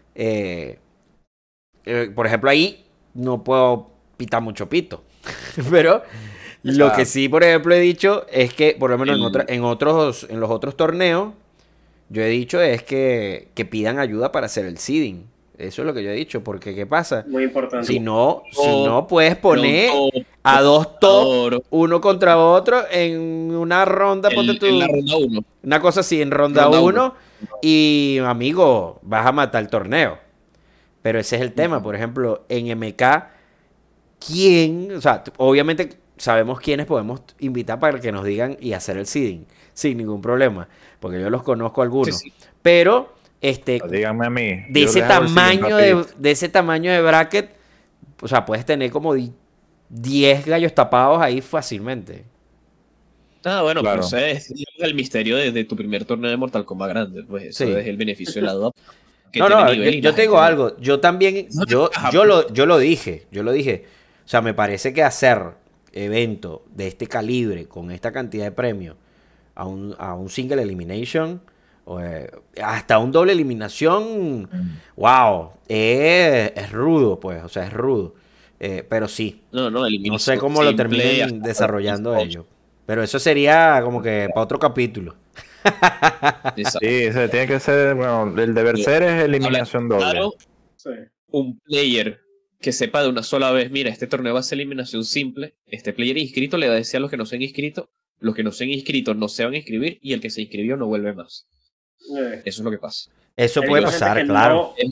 Speaker 3: por ejemplo, ahí no puedo pitar mucho pito. Pero lo que sí, por ejemplo, he dicho es que, por lo menos en los otros torneos, yo he dicho es que pidan ayuda para hacer el seeding. Eso es lo que yo he dicho, porque ¿qué pasa?
Speaker 5: Muy importante.
Speaker 3: Si no puedes poner a dos top, uno contra otro en una ronda, ponte tú,
Speaker 2: en la ronda 1.
Speaker 3: una cosa así, en ronda
Speaker 2: Ronda
Speaker 3: 1, y amigo, vas a matar el torneo. Pero ese es el tema, por ejemplo, en MK, ¿quién? O sea, obviamente sabemos quiénes podemos invitar para que nos digan y hacer el seeding, sin ningún problema, porque yo los conozco algunos.
Speaker 2: Sí.
Speaker 3: Pero,
Speaker 4: díganme a mí.
Speaker 3: de ese tamaño de ese tamaño de bracket, o sea, puedes tener como 10 gallos tapados ahí fácilmente.
Speaker 2: Bueno,
Speaker 4: Claro.
Speaker 2: pero ese es el misterio de tu primer torneo de Mortal Kombat grande. Pues eso es el beneficio de la duda.
Speaker 3: Yo te digo algo. Yo también, yo lo dije. O sea, me parece que hacer evento de este calibre, con esta cantidad de premios, a un single elimination, hasta un doble eliminación, wow, es rudo, pues, o sea, es rudo. Pero sí, no sé cómo lo terminen desarrollando ellos. Pero eso sería como que para otro capítulo.
Speaker 4: Sí, tiene que ser, bueno, el deber ser es eliminación doble.
Speaker 2: Claro,
Speaker 5: Sí.
Speaker 2: un player que sepa de una sola vez, mira, este torneo va a ser eliminación simple, este player inscrito le va a decir a los que no se han inscrito, los que no se han inscrito no se van a inscribir y el que se inscribió no vuelve más. Eso es lo que pasa.
Speaker 3: Eso puede pasar, claro.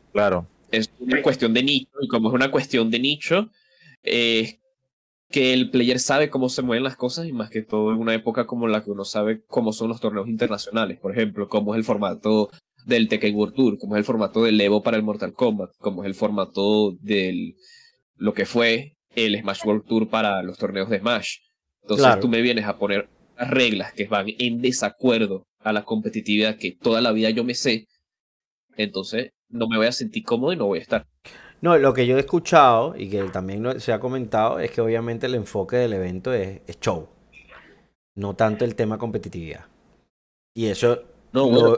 Speaker 4: Claro.
Speaker 2: Es una cuestión de nicho, y como es una cuestión de nicho, que el player sabe cómo se mueven las cosas, y más que todo en una época como la que uno sabe cómo son los torneos internacionales, por ejemplo, cómo es el formato del Tekken World Tour, cómo es el formato del Evo para el Mortal Kombat, cómo es el formato del lo que fue el Smash World Tour para los torneos de Smash. Entonces
Speaker 3: Claro.
Speaker 2: tú me vienes a poner las reglas que van en desacuerdo a la competitividad que toda la vida yo me sé, entonces no me voy a sentir cómodo y no voy a estar.
Speaker 3: No, lo que yo he escuchado y que también se ha comentado es que obviamente el enfoque del evento es show, no tanto el tema competitividad. Y eso
Speaker 2: No, bueno,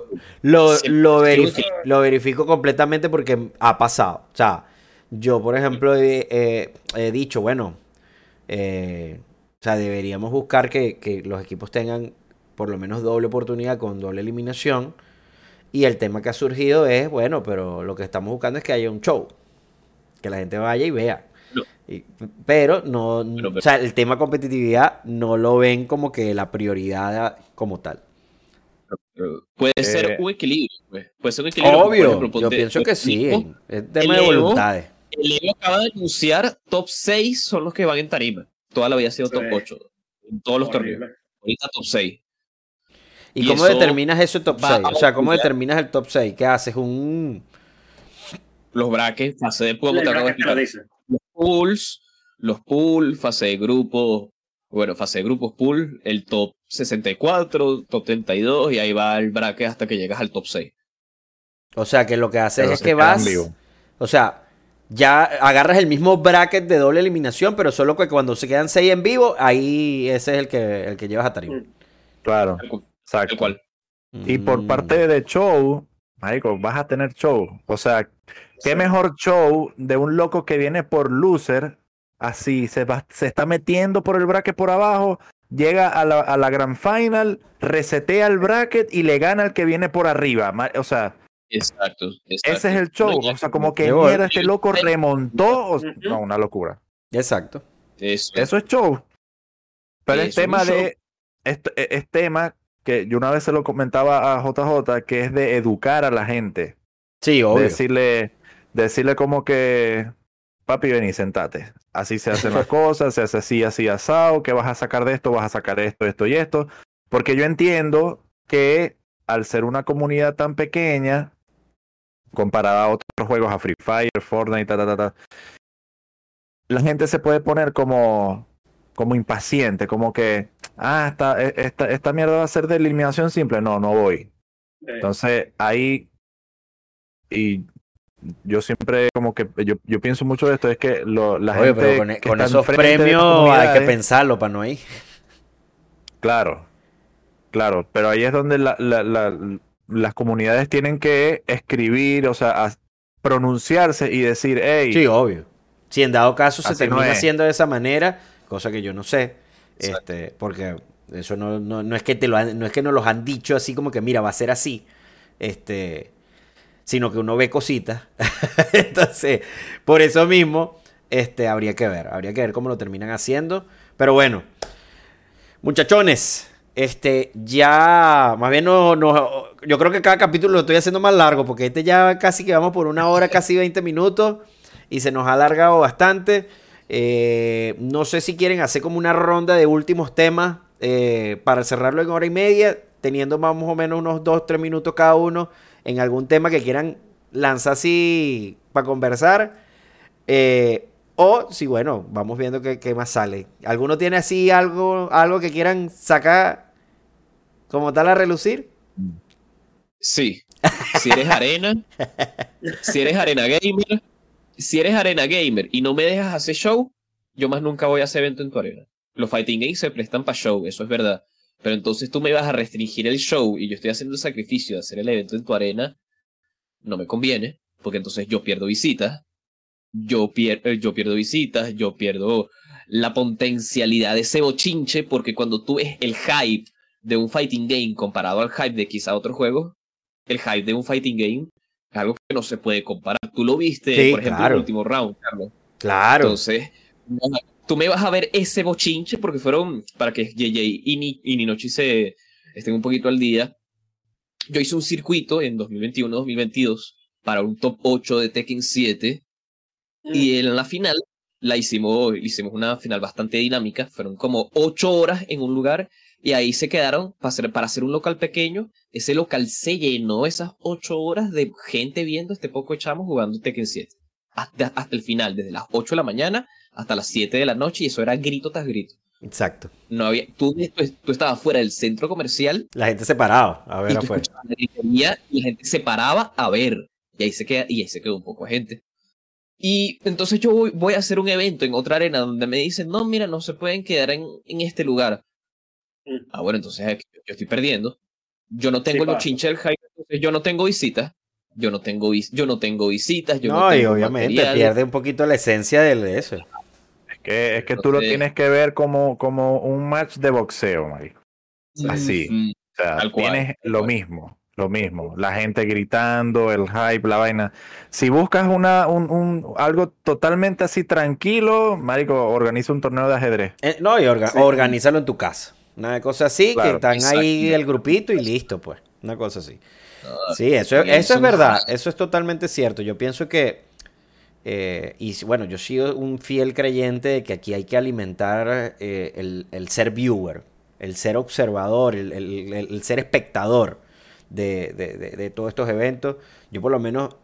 Speaker 3: lo verifico completamente porque ha pasado. O sea, yo, por ejemplo, he dicho, bueno, o sea, deberíamos buscar que los equipos tengan por lo menos doble oportunidad con doble eliminación. Y el tema que ha surgido es, bueno, pero lo que estamos buscando es que haya un show. Que la gente vaya y vea.
Speaker 2: No.
Speaker 3: Pero no,
Speaker 2: Pero-
Speaker 3: o sea, el tema competitividad no lo ven como que la prioridad como tal.
Speaker 2: puede ser un equilibrio, pues. Puede ser un equilibrio. porque,
Speaker 3: Obvio,
Speaker 2: por ejemplo,
Speaker 3: yo
Speaker 2: ponte-
Speaker 3: pienso que sí.
Speaker 2: mismo,
Speaker 3: Es tema de
Speaker 2: el Evo-
Speaker 3: voluntades.
Speaker 2: El Evo acaba de anunciar top 6 son los que van en tarima. Toda la vida ha sido
Speaker 5: Sí.
Speaker 2: top 8 en todos los torneos.
Speaker 5: Horrible.
Speaker 2: Ahorita top 6.
Speaker 3: ¿Y
Speaker 2: y
Speaker 3: cómo
Speaker 2: eso
Speaker 3: determinas ese top
Speaker 2: va
Speaker 3: 6?
Speaker 2: a
Speaker 3: O sea, ¿cómo
Speaker 2: aumentar.
Speaker 3: determinas el top 6? ¿Qué haces?
Speaker 2: Los brackets, fase de puedo
Speaker 5: El
Speaker 2: te acabo de
Speaker 5: bracket te lo
Speaker 2: explicar.
Speaker 5: dice.
Speaker 2: Los pools, fase de grupos, bueno, fase de grupos pool, el top 64, top 32 y ahí va el bracket hasta que llegas al top 6.
Speaker 3: O sea, que lo que haces
Speaker 4: Pero
Speaker 3: es
Speaker 4: se
Speaker 3: que
Speaker 4: quedan
Speaker 3: vas...
Speaker 4: vivos.
Speaker 3: O sea, ya agarras el mismo bracket de doble eliminación, pero solo que cuando se quedan 6 en vivo, ahí ese es el que llevas a tarima.
Speaker 5: Mm.
Speaker 4: Claro,
Speaker 2: Tal
Speaker 4: exacto.
Speaker 2: cual.
Speaker 4: Y por
Speaker 3: Mm.
Speaker 4: parte de show, marico, vas a tener show. O sea, qué
Speaker 5: Sí.
Speaker 4: mejor show de un loco que viene por loser, así se está metiendo por el bracket por abajo, llega a la grand final, resetea el bracket y le gana al que viene por arriba. O sea,
Speaker 2: Exacto.
Speaker 4: ese es el show. O sea, como que
Speaker 3: Qué bueno.
Speaker 4: mierda, este loco remontó.
Speaker 5: Ujú.
Speaker 4: No, una locura.
Speaker 3: Exacto.
Speaker 4: Eso es show. Pero es
Speaker 2: Eso es un
Speaker 4: tema
Speaker 2: show.
Speaker 4: de. Es tema que yo una vez se lo comentaba a JJ, que es de educar a la gente.
Speaker 3: Sí,
Speaker 4: De
Speaker 3: obvio.
Speaker 4: decirle como que, papi, vení, sentate. Así se hacen las cosas, se hace así, así, asado. ¿Qué vas a sacar de esto? Vas a sacar esto, esto y esto. Porque yo entiendo que al ser una comunidad tan pequeña, comparada a otros juegos, a Free Fire, Fortnite, la gente se puede poner como impaciente, como que, esta mierda va a ser de eliminación simple. No, no voy. Entonces, ahí, y yo siempre como que, yo pienso mucho de esto, es que la
Speaker 3: Oye,
Speaker 4: gente
Speaker 3: pero
Speaker 4: que
Speaker 3: con
Speaker 4: está
Speaker 3: esos
Speaker 4: enfrente de las
Speaker 3: premios hay que
Speaker 4: comunidades,
Speaker 3: pensarlo para no ir.
Speaker 4: claro, pero ahí es donde las comunidades tienen que escribir, o sea, pronunciarse y decir, hey,
Speaker 3: Sí, obvio. Si en dado caso se
Speaker 4: Así no
Speaker 3: termina
Speaker 4: es.
Speaker 3: haciendo de esa manera, cosa que yo no sé, porque eso no es que no es que nos los han dicho así como que mira, va a ser así, sino que uno ve cositas. Entonces, por eso mismo, habría que ver cómo lo terminan haciendo. Pero bueno, muchachones, ya, más bien yo creo que cada capítulo lo estoy haciendo más largo, porque ya casi que vamos por 1 hora, casi 20 minutos, y se nos ha alargado bastante. No sé si quieren hacer como una ronda de últimos temas para cerrarlo en 1 hora y media, teniendo más o menos unos 2-3 minutos cada uno en algún tema que quieran lanzar así para conversar. O si, bueno, vamos viendo qué más sale. ¿Alguno tiene así algo que quieran sacar como tal a relucir?
Speaker 2: Sí. Si eres arena, si eres arena gamer y no me dejas hacer show, yo más nunca voy a hacer evento en tu arena. Los fighting games se prestan para show, eso es verdad. Pero entonces tú me vas a restringir el show y yo estoy haciendo el sacrificio de hacer el evento en tu arena, no me conviene, porque entonces yo pierdo visitas. Yo pierdo visitas, yo pierdo la potencialidad de ese bochinche, porque cuando tú ves el hype de un fighting game comparado al hype de quizá otros juegos, el hype de un fighting game es algo que no se puede comparar. Tú lo viste,
Speaker 3: Sí,
Speaker 2: por ejemplo,
Speaker 3: claro.
Speaker 2: en el último round, Carlos.
Speaker 3: Claro.
Speaker 2: Entonces, tú me vas a ver ese bochinche, porque fueron, para que JJ y Ninochi estén un poquito al día, yo hice un circuito en 2021-2022 para un top 8 de Tekken 7. Y en la final hicimos una final bastante dinámica. Fueron como 8 horas en un lugar y ahí se quedaron para hacer un local pequeño. Ese local se llenó esas 8 horas de gente viendo este poco chamos jugando Tekken 7. Hasta el final, desde las 8 de la mañana hasta las 7 de la noche, y eso era grito tras grito.
Speaker 3: Exacto.
Speaker 2: No había, tú estabas fuera del centro comercial.
Speaker 3: La gente se paraba a ver
Speaker 2: y tú
Speaker 3: afuera.
Speaker 2: escuchabas la gritería y la gente se paraba a ver. Y ahí se quedó un poco de gente. Y entonces yo voy a hacer un evento en otra arena donde me dicen, no, mira, no se pueden quedar en este lugar. Bueno, entonces yo estoy perdiendo. Yo no tengo los chinches del hype, entonces yo no tengo visitas. Yo no tengo visitas. Yo no
Speaker 3: y
Speaker 2: tengo
Speaker 3: obviamente
Speaker 2: material.
Speaker 3: pierde un poquito la esencia de eso.
Speaker 4: Es que tú lo tienes que ver como un match de boxeo, marico. Así. O sea, tienes lo mismo. La gente gritando, el hype, la vaina. Si buscas algo totalmente así tranquilo, marico, organiza un torneo de ajedrez.
Speaker 3: Organízalo en tu casa. Una cosa así, claro, que están ahí el grupito y listo, pues. Una cosa así. Sí, eso es verdad. Eso es totalmente cierto. Yo pienso que y bueno, yo soy un fiel creyente de que aquí hay que alimentar el ser viewer, el ser observador, el ser espectador de todos estos eventos. Yo por lo menos,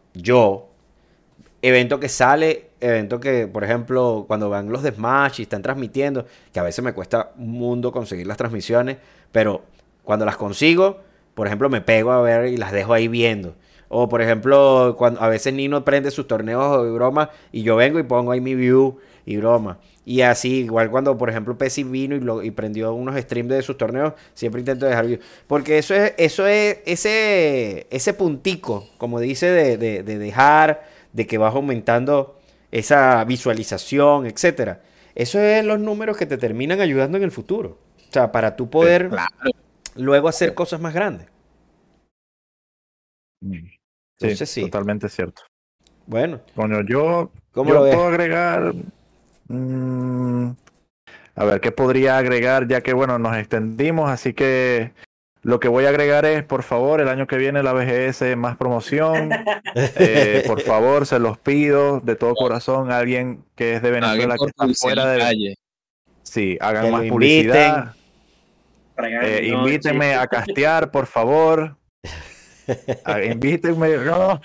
Speaker 3: evento que, por ejemplo, cuando van los de Smash y están transmitiendo, que a veces me cuesta un mundo conseguir las transmisiones, pero cuando las consigo, por ejemplo, me pego a ver y las dejo ahí viendo. O, por ejemplo, cuando a veces Nino prende sus torneos y broma y yo vengo y pongo ahí mi view y broma. Y así, igual cuando, por ejemplo, Pesi vino y prendió unos streams de sus torneos, siempre intento dejar view. Porque eso es ese puntico, como dice, de dejar, de que vas aumentando esa visualización, etcétera. Eso es los números que te terminan ayudando en el futuro. O sea, para tú poder luego hacer cosas más grandes. Entonces, sí,
Speaker 4: totalmente cierto.
Speaker 3: Bueno.
Speaker 4: Bueno, yo puedo agregar... a ver, ¿qué podría agregar? Ya que, bueno, nos extendimos, así que lo que voy a agregar es, por favor, el año que viene la BGS más promoción. Por favor, se los pido de todo corazón. Alguien que es de Venezuela, que está fuera de...
Speaker 2: calle.
Speaker 4: Sí, hagan más publicidad. Invítenme a castear, por favor. Invítenme, no.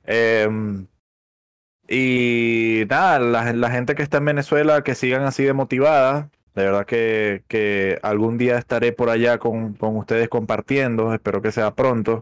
Speaker 4: Y nada, la gente que está en Venezuela, que sigan así de motivada. De verdad que algún día estaré por allá con ustedes compartiendo. Espero que sea pronto.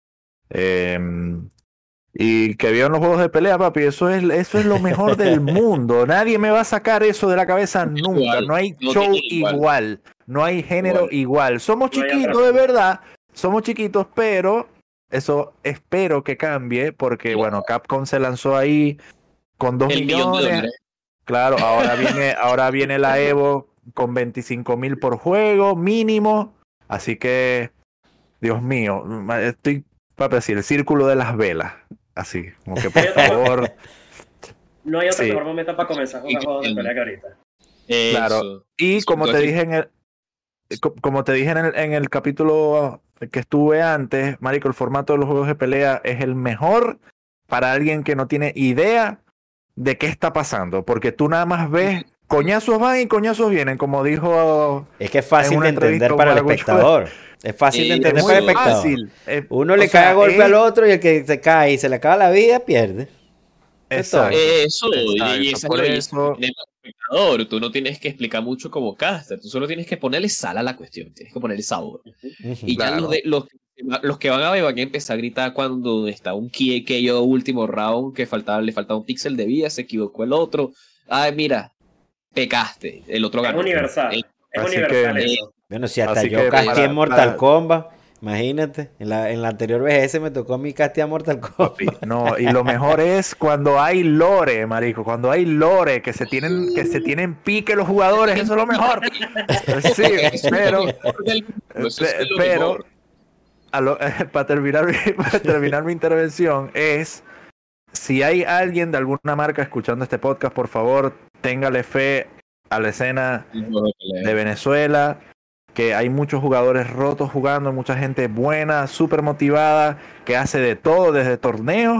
Speaker 4: Y que vean los juegos de pelea, papi. Eso es lo mejor del mundo. Nadie me va a sacar eso de la cabeza nunca. No hay show igual. No hay género igual. Somos chiquitos, de verdad. Somos chiquitos, pero... Eso espero que cambie porque, bueno, Capcom se lanzó ahí con 2 millones. Claro, ahora viene la Evo con 25,000 por juego mínimo. Así que, Dios mío, estoy para decir el círculo de las velas. Así, como que por favor.
Speaker 5: No hay otra mejor momento para comenzar a jugar juegos de pelea que ahorita.
Speaker 4: Claro, y como te dije en el capítulo que estuve antes, marico, el formato de los juegos de pelea es el mejor para alguien que no tiene idea de qué está pasando, porque tú nada más ves coñazos van y coñazos vienen, como dijo.
Speaker 3: Es que es fácil de entender para el espectador. Es fácil de entender para el espectador. Uno le cae a golpe al otro y el que se cae y se le acaba la vida pierde.
Speaker 2: Exacto. Y esa es la espectador. Tú no tienes que explicar mucho como caster, tú solo tienes que ponerle sal a la cuestión, tienes que ponerle sabor. Y claro, ya los que van a ver van a empezar a gritar cuando está un KO último round, que le faltaba un píxel de vida, se equivocó el otro. Ay, mira, pecaste, el otro ganó.
Speaker 5: Es universal. Es universal eso.
Speaker 3: Bueno, si hasta yo casté en Mortal Kombat. Imagínate, en la anterior VGS me tocó a mí castear Mortal Kombat.
Speaker 4: No, y lo mejor es cuando hay lore, marico, cuando hay lore, que se tienen pique los jugadores, eso es lo mejor. Sí, pero para terminar mi intervención es, si hay alguien de alguna marca escuchando este podcast, por favor, téngale fe a la escena de Venezuela, que hay muchos jugadores rotos jugando, mucha gente buena, súper motivada, que hace de todo, desde torneos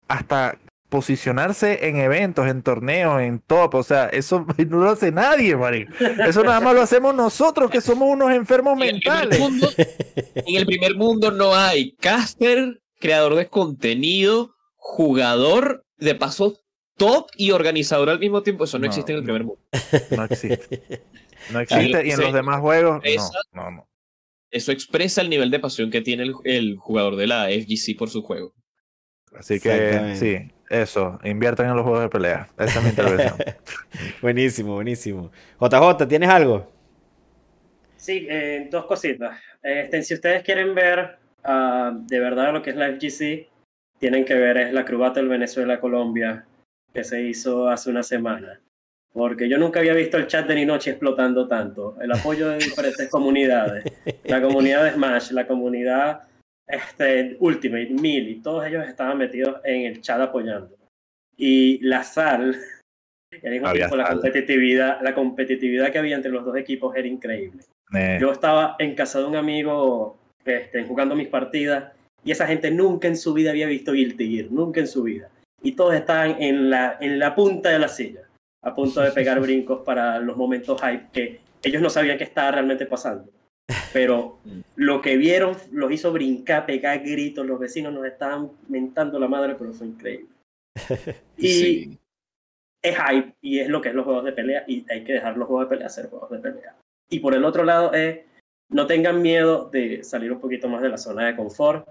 Speaker 4: hasta posicionarse en eventos, en torneos, en top. O sea, eso no lo hace nadie, marico. Eso nada más lo hacemos nosotros, que somos unos enfermos mentales.
Speaker 2: En el primer mundo no hay caster, creador de contenido, jugador, de paso top y organizador al mismo tiempo. Eso no existe en el primer mundo.
Speaker 4: No existe. No existe. Y en los demás juegos, no.
Speaker 2: Eso expresa el nivel de pasión que tiene el jugador de la FGC por su juego.
Speaker 4: Así que sí, eso, inviertan en los juegos de pelea. Esa es mi intervención.
Speaker 3: Buenísimo, buenísimo. JJ, ¿tienes algo?
Speaker 5: Sí, dos cositas. Si ustedes quieren ver de verdad lo que es la FGC, tienen que ver es la Crew Battle Venezuela-Colombia que se hizo hace una semana. Porque yo nunca había visto el chat de Ninochi explotando tanto. El apoyo de diferentes comunidades. La comunidad de Smash, la comunidad Ultimate, Mil, y todos ellos estaban metidos en el chat apoyando. Y la sal, y al mismo tiempo la competitividad que había entre los dos equipos era increíble. Yo estaba en casa de un amigo jugando mis partidas, y esa gente nunca en su vida había visto Guilty Gear, nunca en su vida. Y todos estaban en la punta de la silla, a punto de pegar brincos para los momentos hype que ellos no sabían qué estaba realmente pasando. Pero lo que vieron los hizo brincar, pegar gritos, los vecinos nos estaban mentando la madre, pero fue increíble. Y sí, es hype, y es lo que es los juegos de pelea, y hay que dejar los juegos de pelea ser juegos de pelea. Y por el otro lado no tengan miedo de salir un poquito más de la zona de confort.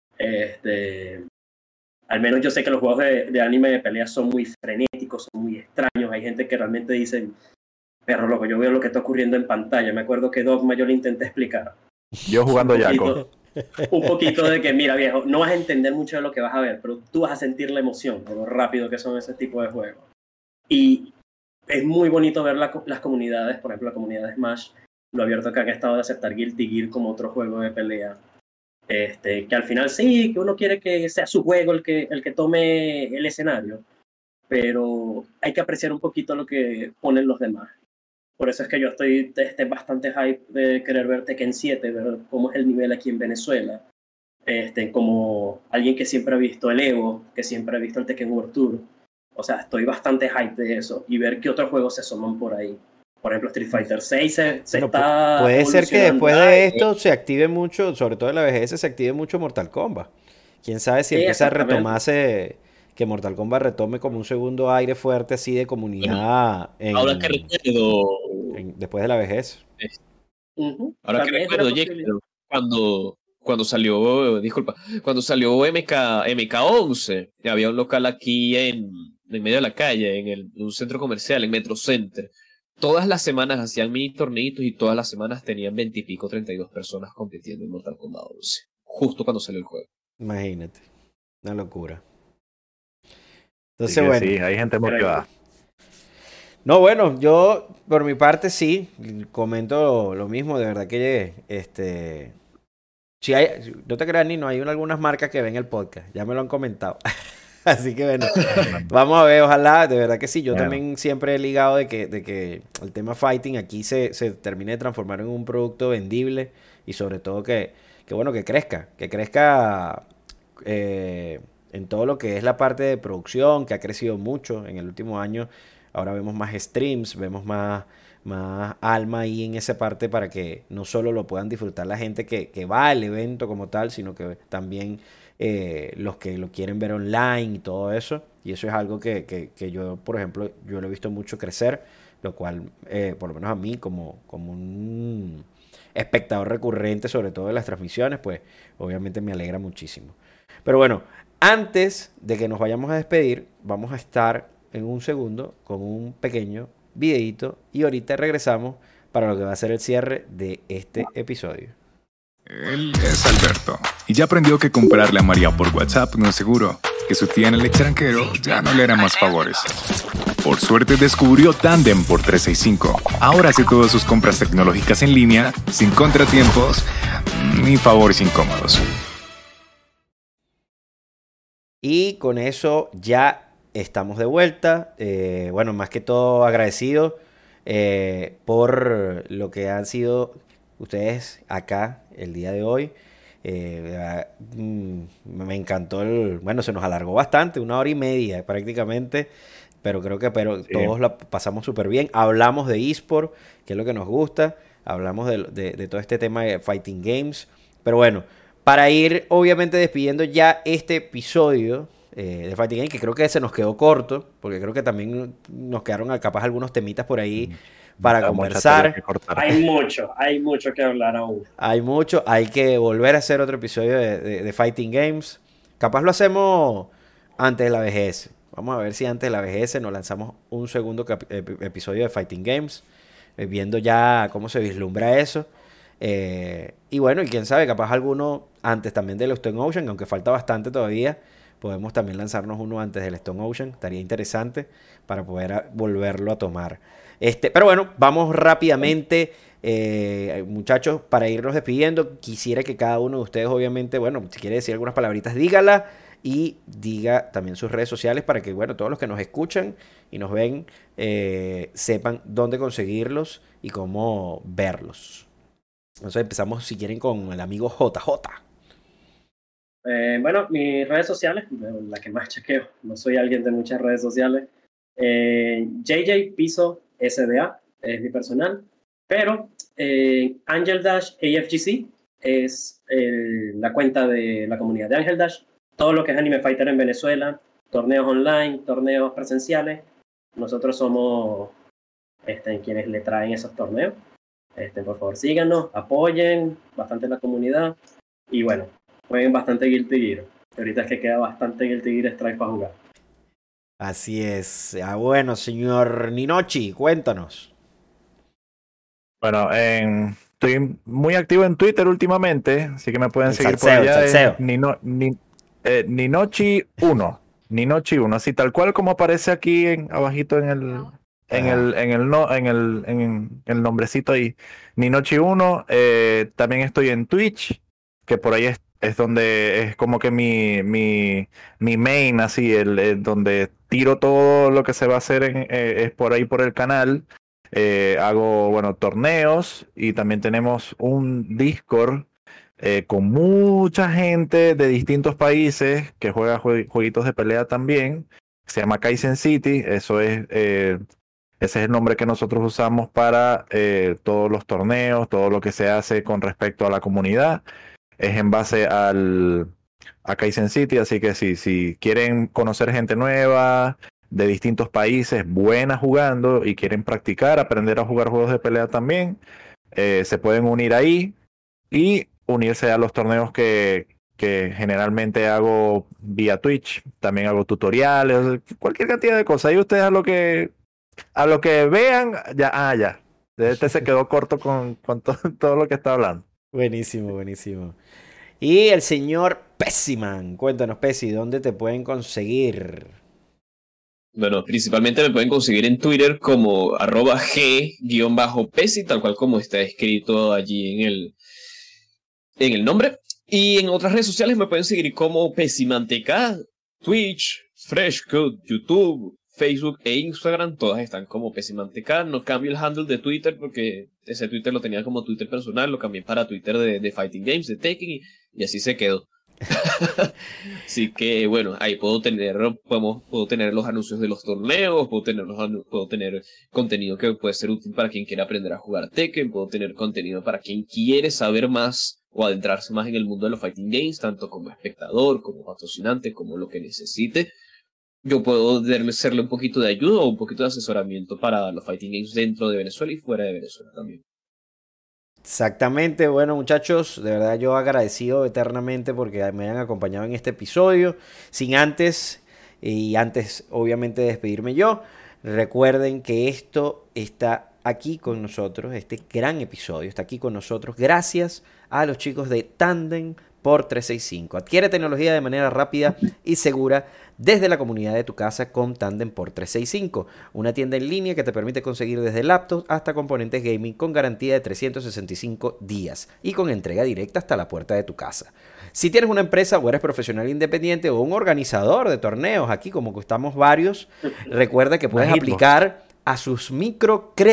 Speaker 5: Al menos yo sé que los juegos de anime de pelea son muy frenéticos, son muy extraños. Hay gente que realmente dice, perro loco, yo veo lo que está ocurriendo en pantalla. Me acuerdo que Dogma yo le intenté explicar.
Speaker 4: Yo jugando Yaco.
Speaker 5: Un poquito de que, mira viejo, no vas a entender mucho de lo que vas a ver, pero tú vas a sentir la emoción de lo rápido que son ese tipo de juegos. Y es muy bonito ver las comunidades, por ejemplo la comunidad de Smash, lo abierto que han estado de aceptar Guilty Gear como otro juego de pelea. Que al final sí, que uno quiere que sea su juego el que tome el escenario, pero hay que apreciar un poquito lo que ponen los demás. Por eso es que yo estoy bastante hype de querer ver Tekken 7, ver cómo es el nivel aquí en Venezuela. Como alguien que siempre ha visto el Evo, que siempre ha visto el Tekken World Tour. O sea, estoy bastante hype de eso y ver qué otros juegos se asoman por ahí. Por ejemplo, Street Fighter 6 se está
Speaker 3: puede ser que después de esto se active mucho, sobre todo en la VGS, se active mucho Mortal Kombat. Quién sabe si empieza a retomarse, que Mortal Kombat retome como un segundo aire fuerte así de comunidad.
Speaker 2: Ahora que recuerdo.
Speaker 3: Después de la VGS.
Speaker 2: Ahora que recuerdo, cuando salió, cuando salió MK11, había un local aquí en medio de la calle, en un centro comercial, en Metro Center. Todas las semanas hacían mini torneitos y todas las semanas tenían 20 y pico, 32 personas compitiendo en Mortal Kombat 11. Justo cuando salió el juego.
Speaker 3: Imagínate. Una locura. Entonces, bueno.
Speaker 4: Sí, hay gente motivada.
Speaker 3: No, bueno, yo por mi parte sí, comento lo mismo, de verdad que no te creas, Nino, hay algunas marcas que ven el podcast, ya me lo han comentado. Así que bueno, vamos a ver, ojalá, de verdad que sí, yo también siempre he ligado de que el tema fighting aquí se termine de transformar en un producto vendible y sobre todo que crezca en todo lo que es la parte de producción, que ha crecido mucho en el último año. Ahora vemos más streams, vemos más alma ahí en esa parte para que no solo lo puedan disfrutar la gente que va al evento como tal, sino que también los que lo quieren ver online y todo eso. Y eso es algo que yo, por ejemplo, yo lo he visto mucho crecer, lo cual, por lo menos a mí, como un espectador recurrente, sobre todo de las transmisiones, pues obviamente me alegra muchísimo. Pero bueno, antes de que nos vayamos a despedir, vamos a estar en un segundo con un pequeño videíto y ahorita regresamos para lo que va a ser el cierre de este episodio.
Speaker 1: Él es Alberto y ya aprendió que comprarle a María por WhatsApp no es seguro, que su tía en el extranjero ya no le hará más favores. Por suerte descubrió Tandem por 365. Ahora hace todas sus compras tecnológicas en línea, sin contratiempos ni favores incómodos.
Speaker 3: Y con eso ya estamos de vuelta. Bueno, más que todo agradecido por lo que han sido ustedes acá el día de hoy. Me encantó bueno, se nos alargó bastante, 1 hora y media prácticamente, pero creo que
Speaker 4: Sí.
Speaker 3: todos la pasamos súper bien. Hablamos de eSport, que es lo que nos gusta, hablamos de todo este tema de Fighting Games, pero bueno, para ir obviamente despidiendo ya este episodio de Fighting Games, que creo que se nos quedó corto, porque creo que también nos quedaron capaz algunos temitas por ahí para
Speaker 4: Da mucha tela que
Speaker 3: conversar.
Speaker 4: cortar.
Speaker 5: Hay mucho que hablar aún.
Speaker 3: Hay mucho, hay que volver a hacer otro episodio de Fighting Games. Capaz lo hacemos antes de la VGS. Vamos a ver si antes de la VGS nos lanzamos un segundo episodio de Fighting Games, viendo ya cómo se vislumbra eso. Y bueno, y quién sabe, capaz alguno antes también del Stone Ocean, aunque falta bastante todavía. Podemos también lanzarnos uno antes del Stone Ocean. Estaría interesante para poder volverlo a tomar. Pero bueno, vamos rápidamente, muchachos, para irnos despidiendo. Quisiera que cada uno de ustedes, obviamente, bueno, si quiere decir algunas palabritas, dígala. Y diga también sus redes sociales para que, bueno, todos los que nos escuchan y nos ven sepan dónde conseguirlos y cómo verlos. Entonces empezamos, si quieren, con el amigo JJ.
Speaker 5: Bueno, mis redes sociales, la que más chequeo, no soy alguien de muchas redes sociales. JJ Piso SDA es mi personal, pero Angel Dash AFGC es la cuenta de la comunidad de Angel Dash. Todo lo que es Anime Fighter en Venezuela, torneos online, torneos presenciales, nosotros somos quienes le traen esos torneos. Por favor, síganos, apoyen bastante la comunidad y bueno, jueguen bastante Guilty Gear. Ahorita es que queda bastante Guilty Gear Strive para jugar.
Speaker 3: Así es. Bueno, señor Ninochi, cuéntanos.
Speaker 4: Bueno, estoy muy activo en Twitter últimamente, así que me pueden
Speaker 3: El
Speaker 4: seguir
Speaker 3: salseo,
Speaker 4: por allá.
Speaker 3: el salseo.
Speaker 4: Ninochi1. Ninochi1, así tal cual como aparece aquí abajito en el nombrecito ahí. Ninochi1. También estoy en Twitch, que por ahí es donde es como que mi main, así, donde tiro todo lo que se va a hacer es por ahí por el canal. Hago, bueno, torneos y también tenemos un Discord con mucha gente de distintos países que juega jueguitos de pelea también. Se llama Kaizen City. Ese es el nombre que nosotros usamos para todos los torneos, todo lo que se hace con respecto a la comunidad. Es en base a Kaizen City, así que si quieren conocer gente nueva de distintos países, buena jugando y quieren practicar, aprender a jugar juegos de pelea también, se pueden unir ahí y unirse a los torneos que generalmente hago vía Twitch. También hago tutoriales, cualquier cantidad de cosas. Ahí ustedes a lo que vean, ya. Se quedó corto con todo lo que está hablando.
Speaker 3: Buenísimo, buenísimo. Y el señor Pessiman. Cuéntanos, Pessi, ¿dónde te pueden conseguir?
Speaker 2: Bueno, principalmente me pueden conseguir en Twitter como @g_pesi, tal cual como está escrito allí en el nombre. Y en otras redes sociales me pueden seguir como Pesimanteca, Twitch, Freshcode, YouTube, Facebook e Instagram. Todas están como Pesimanteca. No cambio el handle de Twitter porque ese Twitter lo tenía como Twitter personal. Lo cambié para Twitter de Fighting Games, de Tekken y así se quedó. Así que bueno, ahí puedo tener los anuncios de los torneos, puedo tener contenido que puede ser útil para quien quiera aprender a jugar Tekken, puedo tener contenido para quien quiere saber más o adentrarse más en el mundo de los fighting games, tanto como espectador, como patrocinante, como lo que necesite. Yo puedo serle un poquito de ayuda o un poquito de asesoramiento para los fighting games dentro de Venezuela y fuera de Venezuela también.
Speaker 3: Exactamente, bueno muchachos, de verdad yo agradecido eternamente porque me hayan acompañado en este episodio. Sin antes, y antes obviamente de despedirme yo, recuerden que esto está aquí con nosotros, este gran episodio está aquí con nosotros gracias a los chicos de Tandem por 365. Adquiere tecnología de manera rápida y segura desde la comunidad de tu casa con Tandem por 365, una tienda en línea que te permite conseguir desde laptops hasta componentes gaming con garantía de 365 días y con entrega directa hasta la puerta de tu casa. Si tienes una empresa o eres profesional independiente o un organizador de torneos, aquí como que estamos varios, recuerda que puedes aplicar a sus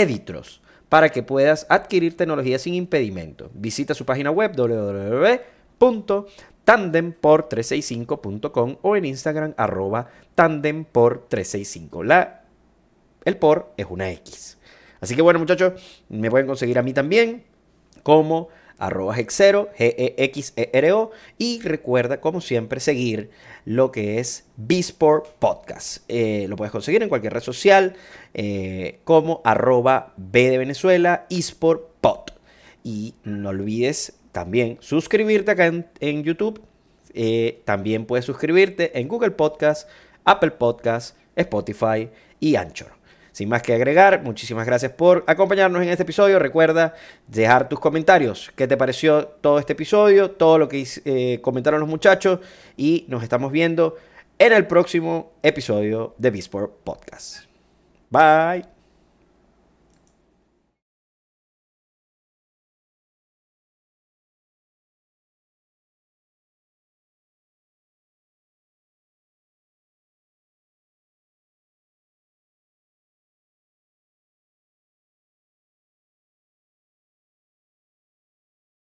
Speaker 3: microcréditos para que puedas adquirir tecnología sin impedimento. Visita su página web www.tandem.com www.tandempor365.com o en Instagram @tandempor365. El por es una X. Así que bueno, muchachos, me pueden conseguir a mí también como @Hexero, Gexero. Y recuerda, como siempre, seguir lo que es Bisport Podcast. Lo puedes conseguir en cualquier red social como @B de Venezuela, eSport Pod. Y no olvides también suscribirte acá en YouTube. También puedes suscribirte en Google Podcast, Apple Podcast, Spotify y Anchor. Sin más que agregar, muchísimas gracias por acompañarnos en este episodio. Recuerda dejar tus comentarios. ¿Qué te pareció todo este episodio? Todo lo que comentaron los muchachos. Y nos estamos viendo en el próximo episodio de Bisport Podcast. Bye.